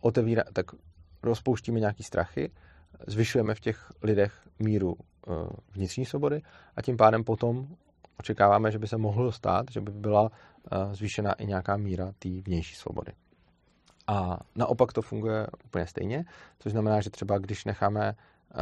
rozpouštíme nějaký strachy, zvyšujeme v těch lidech míru vnitřní svobody a tím pádem potom očekáváme, že by se mohlo stát, že by byla zvýšena i nějaká míra té vnější svobody. A naopak to funguje úplně stejně, což znamená, že třeba když necháme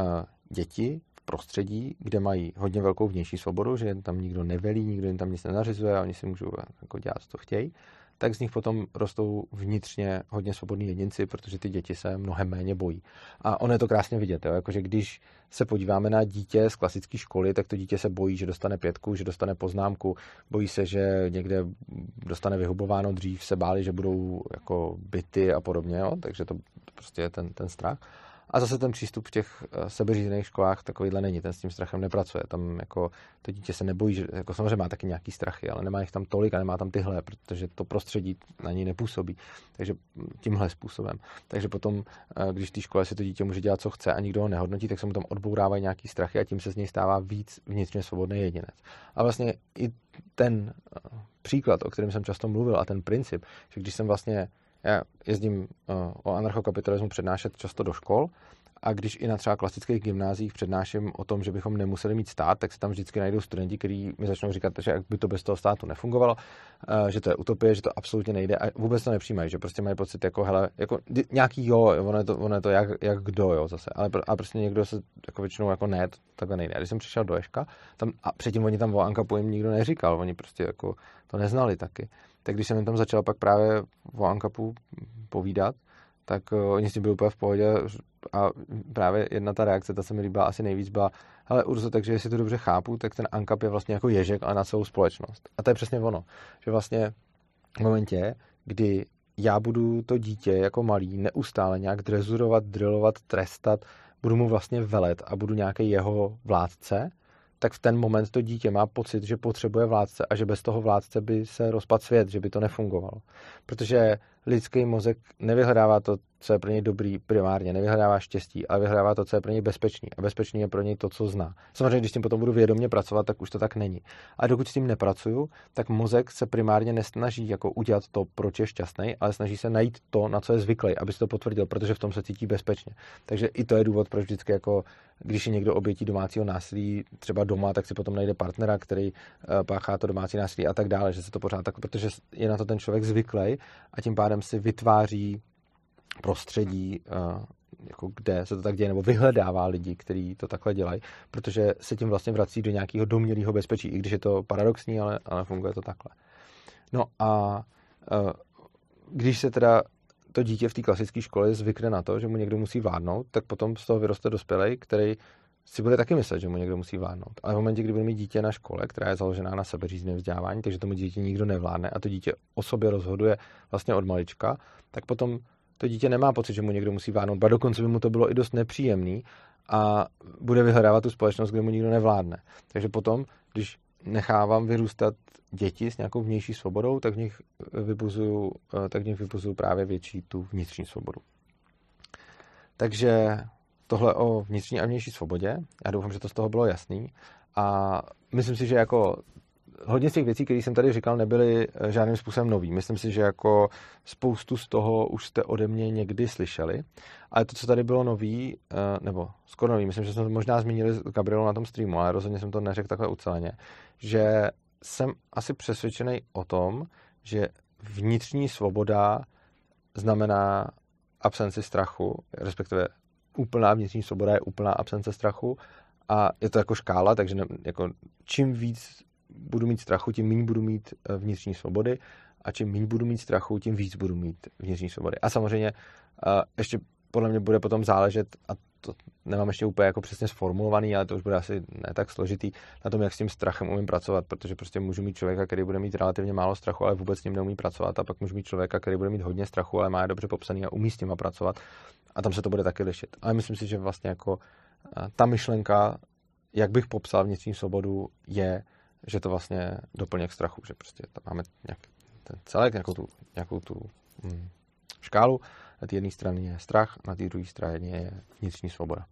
děti v prostředí, kde mají hodně velkou vnější svobodu, že jim tam nikdo nevelí, nikdo jim tam nic nenařizuje a oni si můžou jako dělat, co chtějí, tak z nich potom rostou vnitřně hodně svobodní jedinci, protože ty děti se mnohem méně bojí. A ono je to krásně vidět, jo? Jakože když se podíváme na dítě z klasické školy, tak to dítě se bojí, že dostane 5, že dostane poznámku, bojí se, že někde dostane vyhubováno, dřív se báli, že budou jako byty a podobně, jo? Takže to prostě je ten strach. A zase ten přístup v těch sebeřízených školách takovýhle není, ten s tím strachem nepracuje. Tam jako to dítě se nebojí, že jako samozřejmě má taky nějaký strachy, ale nemá jich tam tolik a nemá tam tyhle, protože to prostředí na něj nepůsobí. Takže tímhle způsobem. Takže potom, když v té škole si to dítě může dělat, co chce a nikdo ho nehodnotí, tak se mu tam odbourávají nějaký strachy a tím se z něj stává víc vnitřně svobodný jedinec. A vlastně i ten příklad, o kterém jsem často mluvil, a ten princip, že když jsem vlastně já jezdím o anarchokapitalismu přednášet často do škol a když i na třeba klasických gymnáziích přednáším o tom, že bychom nemuseli mít stát, tak se tam vždycky najdou studenti, kteří mi začnou říkat, že jak by to bez toho státu nefungovalo, že to je utopie, že to absolutně nejde a vůbec to nepřijímají, že prostě mají pocit jako hele, jako nějaký jo, ono je to jak kdo, jo, zase, ale a prostě někdo se jako většinou jako ne, to takhle nejde. A když jsem přišel do Ježka, tam a předtím oni tam o ANCAPu jim nikdo neříkal, oni prostě jako to neznali taky. Tak když jsem jim tam začal pak právě o ANCAPu povídat, tak oni s tím byli úplně v pohodě a právě jedna ta reakce, ta se mi líbila asi nejvíc, byla hele Urzo, takže jestli to dobře chápu, tak ten ANCAP je vlastně jako ježek, ale na celou společnost. A to je přesně ono, že vlastně v momentě, kdy já budu to dítě jako malý neustále nějak drezurovat, drillovat, trestat, budu mu vlastně velet a budu nějaký jeho vládce, tak v ten moment to dítě má pocit, že potřebuje vládce a že bez toho vládce by se rozpadl svět, že by to nefungovalo. Protože lidský mozek nevyhledává to, co je pro něj dobrý primárně, nevyhledává štěstí, ale vyhledává to, co je pro něj bezpečný. A bezpečný je pro něj to, co zná. Samozřejmě, když s tím potom budu vědomě pracovat, tak už to tak není. A dokud s tím nepracuju, tak mozek se primárně nesnaží jako udělat to, proč je šťastný, ale snaží se najít to, na co je zvyklý, aby si to potvrdil, protože v tom se cítí bezpečně. Takže i to je důvod, proč vždycky jako když je někdo obětí domácího násilí třeba doma, tak si potom najde partnera, který páchá to domácí násilí a tak dále, že se to pořád tak, protože je na to ten člověk zvyklý a tím pádem si vytváří prostředí, jako kde se to tak děje, nebo vyhledává lidi, kteří to takhle dělají, protože se tím vlastně vrací do nějakého domnělého bezpečí, i když je to paradoxní, ale funguje to takhle. No a když se teda to dítě v té klasické škole zvykne na to, že mu někdo musí vládnout, tak potom z toho vyroste dospělej, který si bude taky myslet, že mu někdo musí vládnout. Ale v momentě, kdy bude mít dítě na škole, která je založená na sebeřízném vzdělávání, takže tomu dítě nikdo nevládne a to dítě o sobě rozhoduje vlastně od malička, tak potom to dítě nemá pocit, že mu někdo musí vládnout, ba dokonce by mu to bylo i dost nepříjemný a bude vyhledávat tu společnost, kde mu nikdo nevládne. Takže potom, když nechávám vyrůstat děti s nějakou vnější svobodou, tak v nich vybuzuju právě větší tu vnitřní svobodu. Takže tohle o vnitřní a vnější svobodě. Já doufám, že to z toho bylo jasný. A myslím si, že jako hodně z těch věcí, které jsem tady říkal, nebyly žádným způsobem nový. Myslím si, že jako spoustu z toho už jste ode mě někdy slyšeli. Ale to, co tady bylo nový, nebo skoro nový, myslím, že jsme to možná zmínili s Gabrielou na tom streamu, ale rozhodně jsem to neřekl takhle uceleně, že jsem asi přesvědčený o tom, že vnitřní svoboda znamená absenci strachu, respektive úplná vnitřní svoboda je úplná absence strachu a je to jako škála, takže jako čím víc budu mít strachu, tím méně budu mít vnitřní svobody a čím méně budu mít strachu, tím víc budu mít vnitřní svobody. A samozřejmě ještě podle mě bude potom záležet, a to nemám ještě úplně jako přesně sformulovaný, ale to už bude asi ne tak složitý, na tom, jak s tím strachem umím pracovat, protože prostě můžu mít člověka, který bude mít relativně málo strachu, ale vůbec s ním neumí pracovat, a pak můžu mít člověka, který bude mít hodně strachu, ale má je dobře popsaný a umí s nima pracovat. A tam se to bude taky lišit. Ale myslím si, že vlastně jako ta myšlenka, jak bych popsal vnitřní svobodu, je, že to vlastně doplněk strachu, že prostě tam máme ten celek, nějakou tu škálu. Na té jedné straně je strach, na té druhé straně je vnitřní svoboda.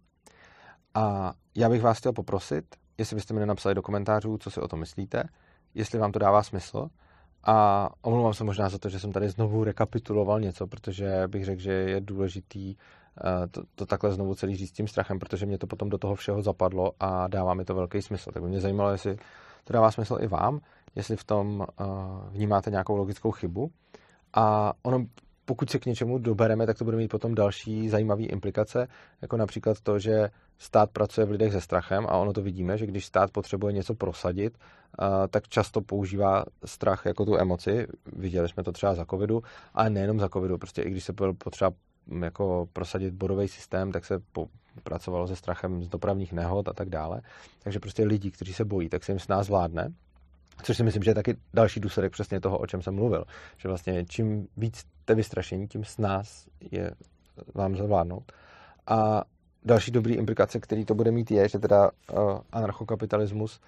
A já bych vás chtěl poprosit, jestli byste mi nenapsali do komentářů, co si o tom myslíte, jestli vám to dává smysl. A omlouvám se možná za to, že jsem tady znovu rekapituloval něco, protože bych řekl, že je důležitý to takhle znovu celý říct s tím strachem, protože mě to potom do toho všeho zapadlo a dává mi to velký smysl. Tak by mě zajímalo, jestli to dává smysl i vám, jestli v tom vnímáte nějakou logickou chybu. A ono, pokud se k něčemu dobereme, tak to bude mít potom další zajímavé implikace, jako například to, že stát pracuje v lidech se strachem a ono to vidíme, že když stát potřebuje něco prosadit, tak často používá strach jako tu emoci. Viděli jsme to třeba za covidu, ale nejenom za covidu, prostě i když se bylo potřeba jako prosadit bodový systém, tak se pracovalo se strachem z dopravních nehod a tak dále. Takže prostě lidi, kteří se bojí, tak se jim s nás vládne. Což si myslím, že je taky další důsledek přesně toho, o čem jsem mluvil. Že vlastně čím víc jste vystrašení, tím s nás je vám zavládnout. A další dobrý implikace, který to bude mít, je, že teda anarchokapitalismus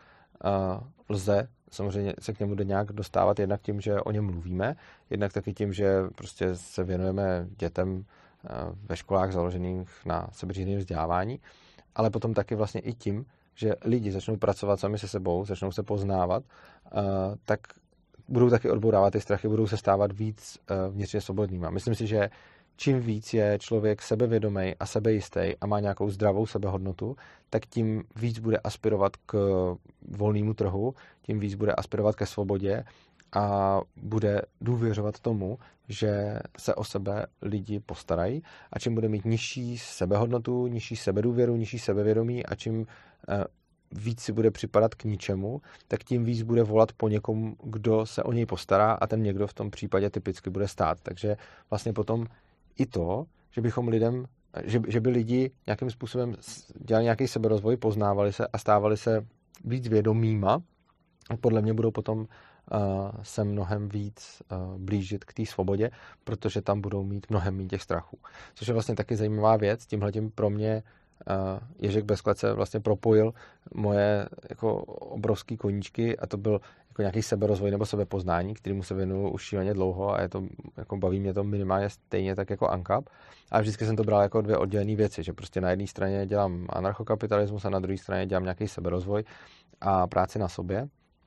lze samozřejmě se k němu do nějak dostávat jednak tím, že o něm mluvíme, jednak taky tím, že prostě se věnujeme dětem ve školách založených na sebeřízném vzdělávání, ale potom taky vlastně i tím, že lidi začnou pracovat sami se sebou, začnou se poznávat, tak budou taky odbourávat ty strachy, budou se stávat víc vnitřně svobodnýma. Myslím si, že čím víc je člověk sebevědomý a sebejistý a má nějakou zdravou sebehodnotu, tak tím víc bude aspirovat k volnému trhu, tím víc bude aspirovat ke svobodě a bude důvěřovat tomu, že se o sebe lidi postarají, a čím bude mít nižší sebehodnotu, nižší sebedůvěru, nižší sebevědomí a čím víc si bude připadat k ničemu, tak tím víc bude volat po někom, kdo se o něj postará, a ten někdo v tom případě typicky bude stát. Takže vlastně potom i to, že bychom lidem, že by lidi nějakým způsobem dělali nějaký seberozvoj, poznávali se a stávali se víc vědomýma, podle mě budou potom se mnohem víc blížit k té svobodě, protože tam budou mít mnohem méně těch strachů. Což je vlastně taky zajímavá věc. Tímhletím pro mě Ježek bez klece vlastně propojil moje jako obrovský koníčky, a to byl jako nějaký seberozvoj nebo sebepoznání, kterému se věnuju už šíleně dlouho, a je to, jako baví mě to minimálně stejně tak jako ANCAP. A vždycky jsem to bral jako dvě oddělené věci, že prostě na jedné straně dělám anarchokapitalismus a na druhé straně dělám nějaký seberozvoj a práci na sobě.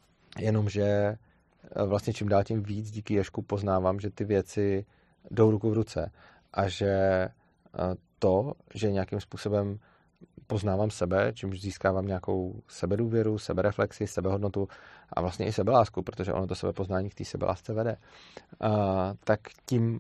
Jenomže vlastně čím dál tím víc díky Ježku poznávám, že ty věci jdou ruku v ruce a že to, že nějakým způsobem poznávám sebe, čímž získávám nějakou sebedůvěru, sebereflexi, sebehodnotu a vlastně i sebelásku, protože ono to sebepoznání k té sebelásce vede, tak tím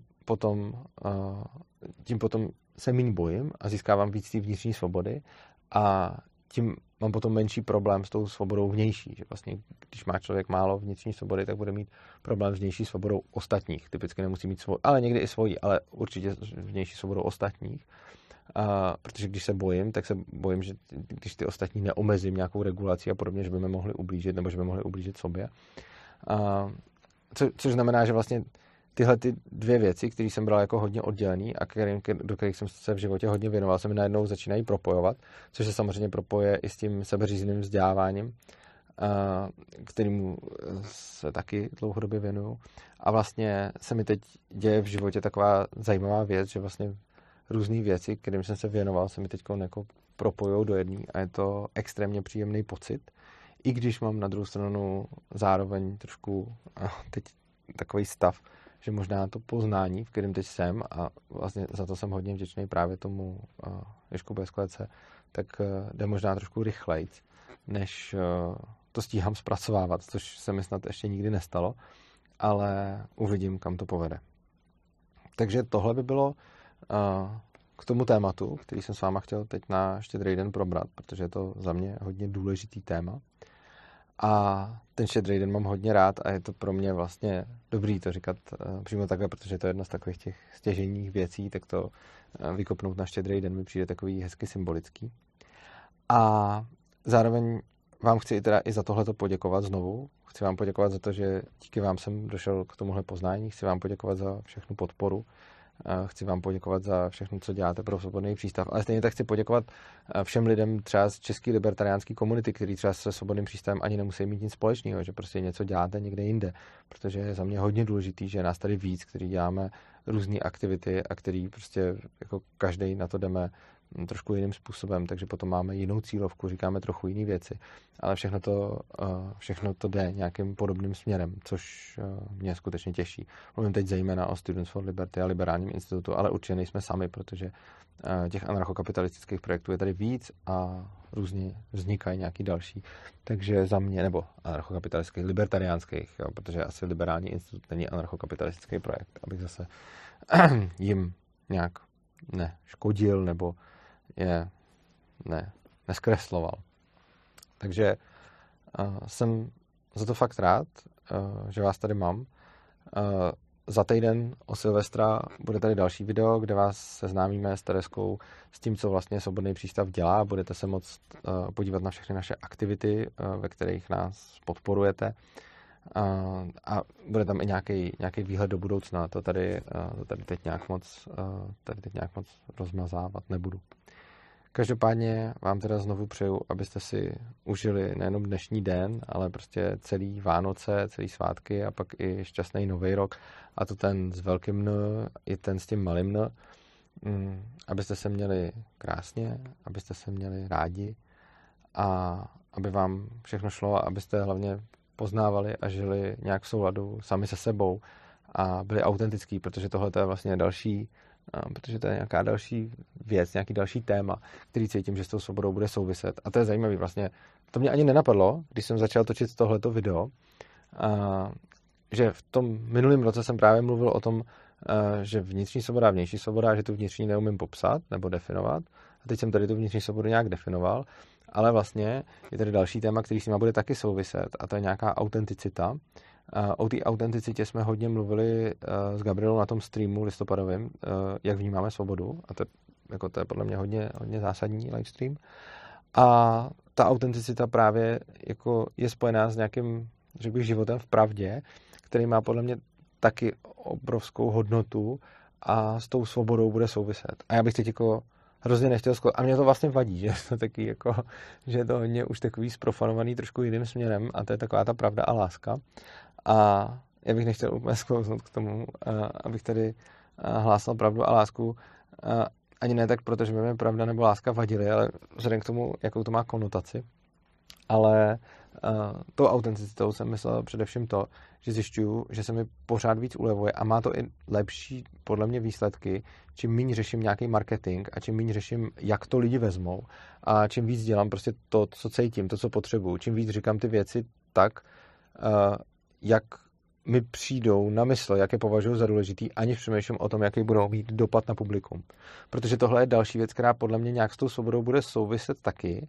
potom se méně bojím a získávám víc té vnitřní svobody, a tím mám potom menší problém s tou svobodou vnější, že vlastně když má člověk málo vnitřní svobody, tak bude mít problém s vnější svobodou ostatních. Typicky nemusí mít svou, ale někdy i svoji, ale určitě vnější svobodou ostatních. Protože když se bojím, tak se bojím, že když ty ostatní neomezím nějakou regulací a podobně, že by mi mohli ublížit, nebo že by mohli ublížit sobě. Což znamená, že vlastně tyhle ty dvě věci, které jsem bral jako hodně oddělený a do kterých jsem se v životě hodně věnoval, se mi najednou začínají propojovat, což se samozřejmě propoje i s tím sebeřízeným vzděláváním, kterému se taky dlouhodobě věnuju. A vlastně se mi teď děje v životě taková zajímavá věc, že vlastně různé věci, kterým jsem se věnoval, se mi teď jako propojují do jedné a je to extrémně příjemný pocit. I když mám na druhou stranu zároveň trošku teď takový stav, že možná to poznání, v kterém teď jsem, a vlastně za to jsem hodně vděčný právě tomu Ježku Besklece, tak jde možná trošku rychlejc, než to stíhám zpracovávat, což se mi snad ještě nikdy nestalo, ale uvidím, kam to povede. Takže tohle by bylo k tomu tématu, který jsem s váma chtěl teď na Štědrý den probrat, protože je to za mě hodně důležitý téma. A ten Štědrý den mám hodně rád a je to pro mě vlastně dobrý to říkat přímo takhle, protože to je jedna z takových těch stěžejních věcí, tak to vykopnout na Štědrý den mi přijde takový hezky symbolický. A zároveň vám chci teda i za tohleto poděkovat znovu. Chci vám poděkovat za to, že díky vám jsem došel k tomuhle poznání. Chci vám poděkovat za všechnu podporu. Chci vám poděkovat za všechno, co děláte pro Svobodný přístav, ale stejně tak chci poděkovat všem lidem třeba z české libertariánské komunity, kteří třeba se Svobodným přístavem ani nemusí mít nic společného, že prostě něco děláte někde jinde, protože je za mě hodně důležitý, že je nás tady víc, kteří děláme různé aktivity a který prostě jako každý na to jdeme trošku jiným způsobem, takže potom máme jinou cílovku, říkáme trochu jiné věci, ale všechno to jde nějakým podobným směrem, což mě skutečně těší. Mluvím teď zejména o Students for Liberty a Liberálním institutu, ale určitě nejsme sami, protože těch anarchokapitalistických projektů je tady víc a různě vznikají nějaký další. Takže za mě, nebo anarchokapitalistických, libertariánských, jo, protože asi Liberální institut není anarchokapitalistický projekt, abych zase jim nějak neškodil nebo je neskresloval. Takže jsem za to fakt rád, že vás tady mám. Za týden o Silvestra bude tady další video, kde vás seznámíme s Tereskou s tím, co vlastně Svobodný přístav dělá. Budete se moct podívat na všechny naše aktivity, ve kterých nás podporujete. A bude tam i nějaký výhled do budoucna. To tady teď nějak moc rozmazávat nebudu. Každopádně vám teda znovu přeju, abyste si užili nejenom dnešní den, ale prostě celý Vánoce, celý svátky a pak i šťastný nový rok. A to ten s velkým N, i ten s tím malým N. Abyste se měli krásně, abyste se měli rádi a aby vám všechno šlo a abyste hlavně poznávali a žili nějak v souladu sami se sebou a byli autentický, protože tohle je vlastně protože to je nějaká další věc, nějaký další téma, který cítím, že s tou svobodou bude souviset. A to je zajímavý vlastně. To mě ani nenapadlo, když jsem začal točit tohleto video, že v tom minulém roce jsem právě mluvil o tom, že vnitřní svoboda a vnější svoboda, že tu vnitřní neumím popsat nebo definovat. A teď jsem tady tu vnitřní svobodu nějak definoval, ale vlastně je tady další téma, který s nima bude taky souviset a to je nějaká autenticita. O té autenticitě jsme hodně mluvili s Gabrielou na tom streamu listopadovém, jak vnímáme svobodu a to je podle mě hodně zásadní livestream. A ta autenticita právě jako je spojená s nějakým, řekl bych, životem v pravdě, který má podle mě taky obrovskou hodnotu a s tou svobodou bude souviset. A já bych teď jako hrozně nechtěl a mě to vlastně vadí, že to taky jako, že je to hodně už takový zprofanovaný trošku jiným směrem a to je taková ta pravda a láska. A já bych nechtěl úplně sklouznout k tomu, abych tady hlásal pravdu a lásku. Ani ne tak, protože by mi pravda nebo láska vadily, ale vzhledem k tomu, jakou to má konotaci. Ale tou autenticitou jsem myslel především to, že zjišťuju, že se mi pořád víc ulevuje a má to i lepší podle mě výsledky, čím méně řeším nějaký marketing a čím méně řeším, jak to lidi vezmou a čím víc dělám prostě to, co cítím, to, co potřebuju, čím víc říkám ty věci tak, jak mi přijdou na mysl, jak je považuji za důležitý, aniž přemýšlím o tom, jaký budou mít dopad na publikum. Protože tohle je další věc, která podle mě nějak s tou svobodou bude souviset taky.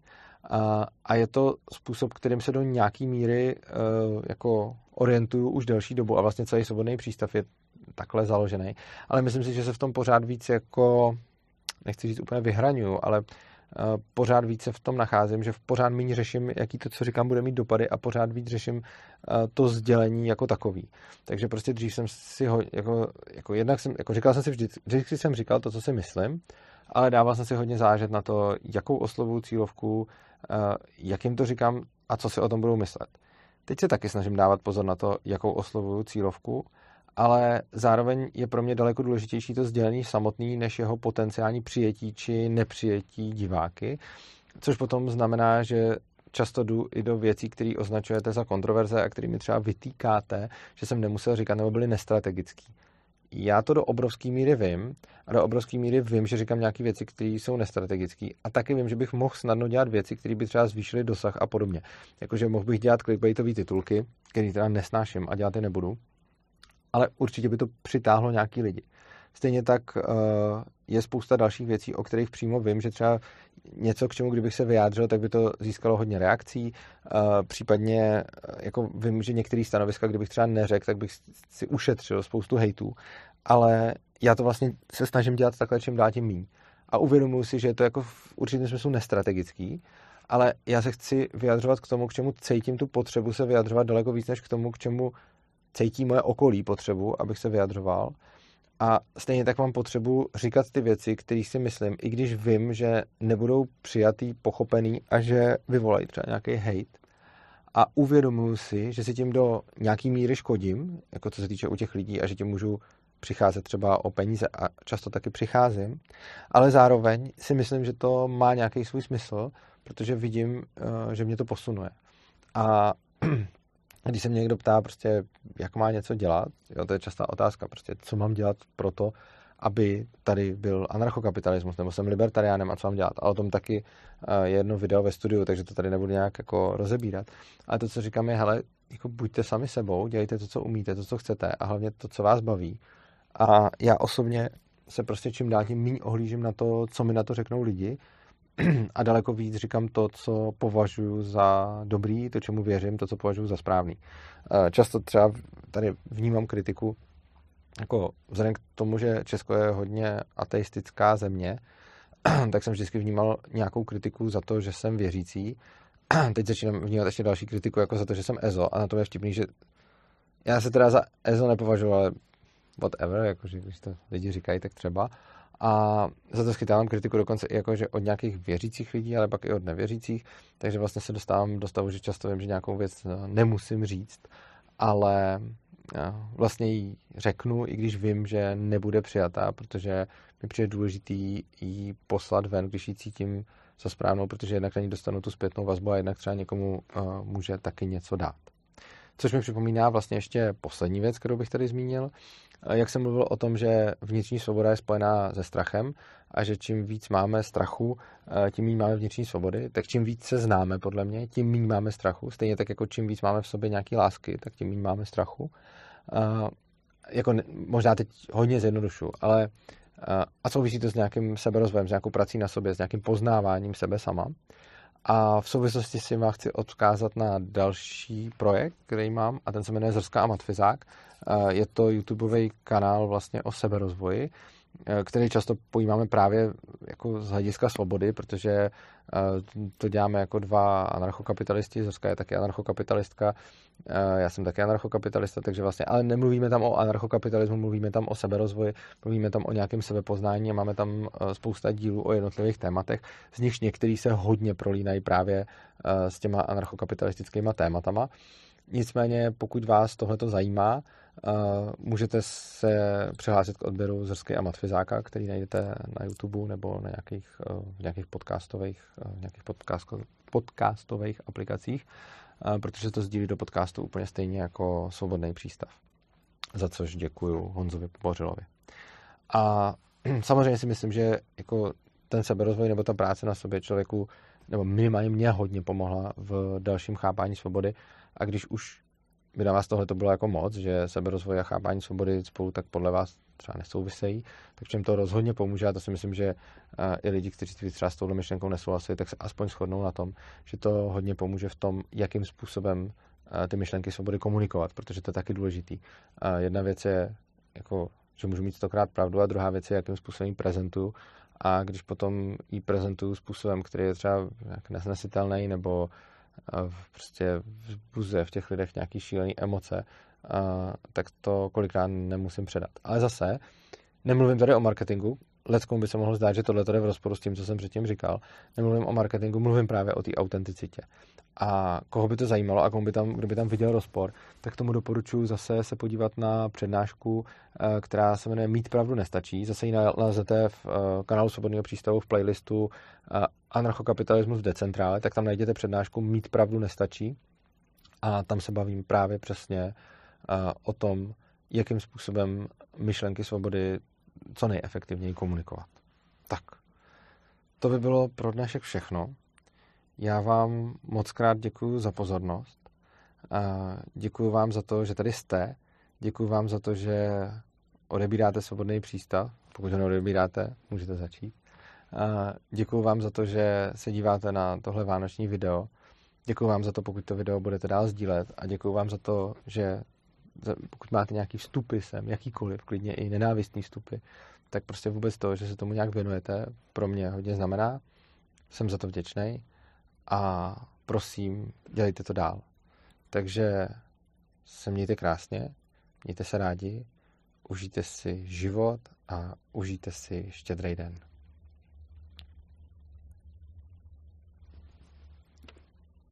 A je to způsob, kterým se do nějaký míry jako orientuju už delší dobu a vlastně celý svobodný přístav je takhle založený. Ale myslím si, že se v tom pořád víc jako, nechci říct úplně vyhraňuju, ale pořád více v tom nacházím, že pořád méně řeším, jaký to, co říkám, bude mít dopady a pořád víc řeším to sdělení jako takový. Takže prostě dřív jsem si ho, jako jednak jsem, jako říkal jsem si vždycky jsem říkal to, co si myslím, ale dával jsem si hodně záležet na to, jakou oslovuju cílovku, jak jim to říkám a co si o tom budou myslet. Teď se taky snažím dávat pozor na to, jakou oslovuju cílovku, ale zároveň je pro mě daleko důležitější to sdělení samotný, než jeho potenciální přijetí či nepřijetí diváky, což potom znamená, že často jdu i do věcí, které označujete za kontroverze a kterými třeba vytýkáte, že jsem nemusel říkat nebo byly nestrategický. Já to do obrovské míry vím a do obrovské míry vím, že říkám nějaké věci, které jsou nestrategické a taky vím, že bych mohl snadno dělat věci, které by třeba zvýšily dosah a podobně. Jakože mohl bych dělat clickbaitové titulky, které teda nesnáším a dělat je nebudu, ale určitě by to přitáhlo nějaký lidi. Stejně tak je spousta dalších věcí, o kterých přímo vím, že třeba něco, k čemu kdybych se vyjádřil, tak by to získalo hodně reakcí. Případně jako vím, že některé stanoviska, kdybych třeba neřekl, tak bych si ušetřil spoustu hejtů. Ale já to vlastně se snažím dělat takhle, čím dál tím míň. A uvědomuji si, že je to jako v určitém smyslu nestrategický, ale já se chci vyjadřovat k tomu, k čemu cítím tu potřebu se vyjadřovat daleko víc, než k tomu, k čemu cítí moje okolí potřebu, abych se vyjadřoval. A stejně tak mám potřebu říkat ty věci, které si myslím, i když vím, že nebudou přijatý, pochopený a že vyvolají třeba nějaký hejt. A uvědomuji si, že si tím do nějaký míry škodím, jako co se týče u těch lidí, a že tím můžu přicházet třeba o peníze a často taky přicházím, ale zároveň si myslím, že to má nějaký svůj smysl, protože vidím, že mě to posunuje. A když se mě někdo ptá, prostě, jak má něco dělat, jo, to je častá otázka, prostě, co mám dělat pro to, aby tady byl anarchokapitalismus, nebo jsem libertariánem a co mám dělat. A o tom taky je jedno video ve studiu, takže to tady nebudu nějak jako rozebírat. Ale to, co říkám, je, hele, jako buďte sami sebou, dělejte to, co umíte, to, co chcete a hlavně to, co vás baví. A já osobně se prostě čím dál tím míň ohlížím na to, co mi na to řeknou lidi, a daleko víc říkám to, co považuji za dobrý, to, čemu věřím, to, co považuji za správný. Často třeba tady vnímám kritiku, jako vzhledem k tomu, že Česko je hodně ateistická země, tak jsem vždycky vnímal nějakou kritiku za to, že jsem věřící. Teď začínám vnímat ještě další kritiku jako za to, že jsem EZO, a na tom je vtipný, že já se teda za EZO nepovažuji, ale whatever, jakože když to lidi říkají, tak třeba. A za to schytávám kritiku dokonce i jako, že od nějakých věřících lidí, ale pak i od nevěřících, takže vlastně se dostávám do stavu, že často vím, že nějakou věc nemusím říct, ale vlastně ji řeknu, i když vím, že nebude přijatá, protože mi přijde důležitý ji poslat ven, když ji cítím za správnou, protože jednak na ní dostanu tu zpětnou vazbu a jednak třeba někomu může taky něco dát. Což mi připomíná vlastně ještě poslední věc, kterou bych tady zmínil. Jak jsem mluvil o tom, že vnitřní svoboda je spojená se strachem a že čím víc máme strachu, tím méně máme vnitřní svobody, tak čím víc se známe, podle mě, tím méně máme strachu. Stejně tak, jako čím víc máme v sobě nějaký lásky, tak tím méně máme strachu. Jako možná teď hodně zjednodušu, ale a souvisí to s nějakým seberozvojem, s nějakou prací na sobě, s nějakým poznáváním sebe sama. A v souvislosti si vám chci odkázat na další projekt, který mám, a ten se jmenuje Zrska a Matfizák. Je to YouTubeový kanál vlastně o seberozvoji, který často pojímáme právě jako z hlediska svobody, protože to děláme jako dva anarchokapitalisti. Zrska je taky anarchokapitalistka, já jsem taky anarchokapitalista, takže vlastně, ale nemluvíme tam o anarchokapitalismu, mluvíme tam o seberozvoji, mluvíme tam o nějakém sebepoznání a máme tam spousta dílů o jednotlivých tématech, z nichž některý se hodně prolínají právě s těma anarchokapitalistickými tématama. Nicméně, pokud vás tohleto zajímá, můžete se přihlásit k odběru Zrsky a Matfizáka, který najdete na YouTube nebo na nějakých podcastových aplikacích, protože to sdílí do podcastu úplně stejně jako Svobodný přístav. Za což děkuju Honzovi Pobořilovi. A samozřejmě si myslím, že jako ten seberozvoj nebo ta práce na sobě člověku, nebo minimálně mě hodně pomohla v dalším chápání svobody. A když už by na vás tohle to bylo jako moc, že seberozvoj a chápání svobody spolu tak podle vás třeba nesouvisejí, tak čem to rozhodně pomůže, a to si myslím, že i lidi, kteří třeba s touhle myšlenkou nesouhlasí, tak se aspoň shodnou na tom, že to hodně pomůže v tom, jakým způsobem ty myšlenky svobody komunikovat, protože to je taky důležitý. Jedna věc je, jako, že můžu mít 100krát pravdu, a druhá věc je, jakým způsobem ji prezentuju. A když potom ji prezentuju způsobem, který je třeba nesnesitelný nebo prostě vzbuzuje v těch lidech nějaký šílený emoce, tak to kolikrát nemusím předat. Ale zase, nemluvím tady o marketingu, leckomu by se mohlo zdát, že tohle je v rozporu s tím, co jsem předtím říkal. Nemluvím o marketingu, mluvím právě o té autenticitě. A koho by to zajímalo a kdo by tam viděl rozpor, tak tomu doporučuji zase se podívat na přednášku, která se jmenuje Mít pravdu nestačí. Zase ji nalezete v kanálu Svobodného přístavu v playlistu Anarchokapitalismus v decentrále, tak tam najdete přednášku Mít pravdu nestačí. A tam se bavím právě přesně o tom, jakým způsobem myšlenky svobody co nejefektivněji komunikovat. Tak, to by bylo pro dnešek všechno. Já vám moc krát děkuji za pozornost. Děkuji vám za to, že tady jste. Děkuji vám za to, že odebíráte Svobodný přístav. Pokud ho neodebíráte, můžete začít. Děkuji vám za to, že se díváte na tohle vánoční video. Děkuji vám za to, pokud to video budete dál sdílet. A děkuji vám za to, že pokud máte nějaký vstupy sem, jakýkoliv, klidně i nenávistný vstupy, tak prostě vůbec to, že se tomu nějak věnujete, pro mě hodně znamená. Jsem za to vděčný a prosím, dělejte to dál. Takže se mějte krásně, mějte se rádi, užijte si život a užijte si štědrý den.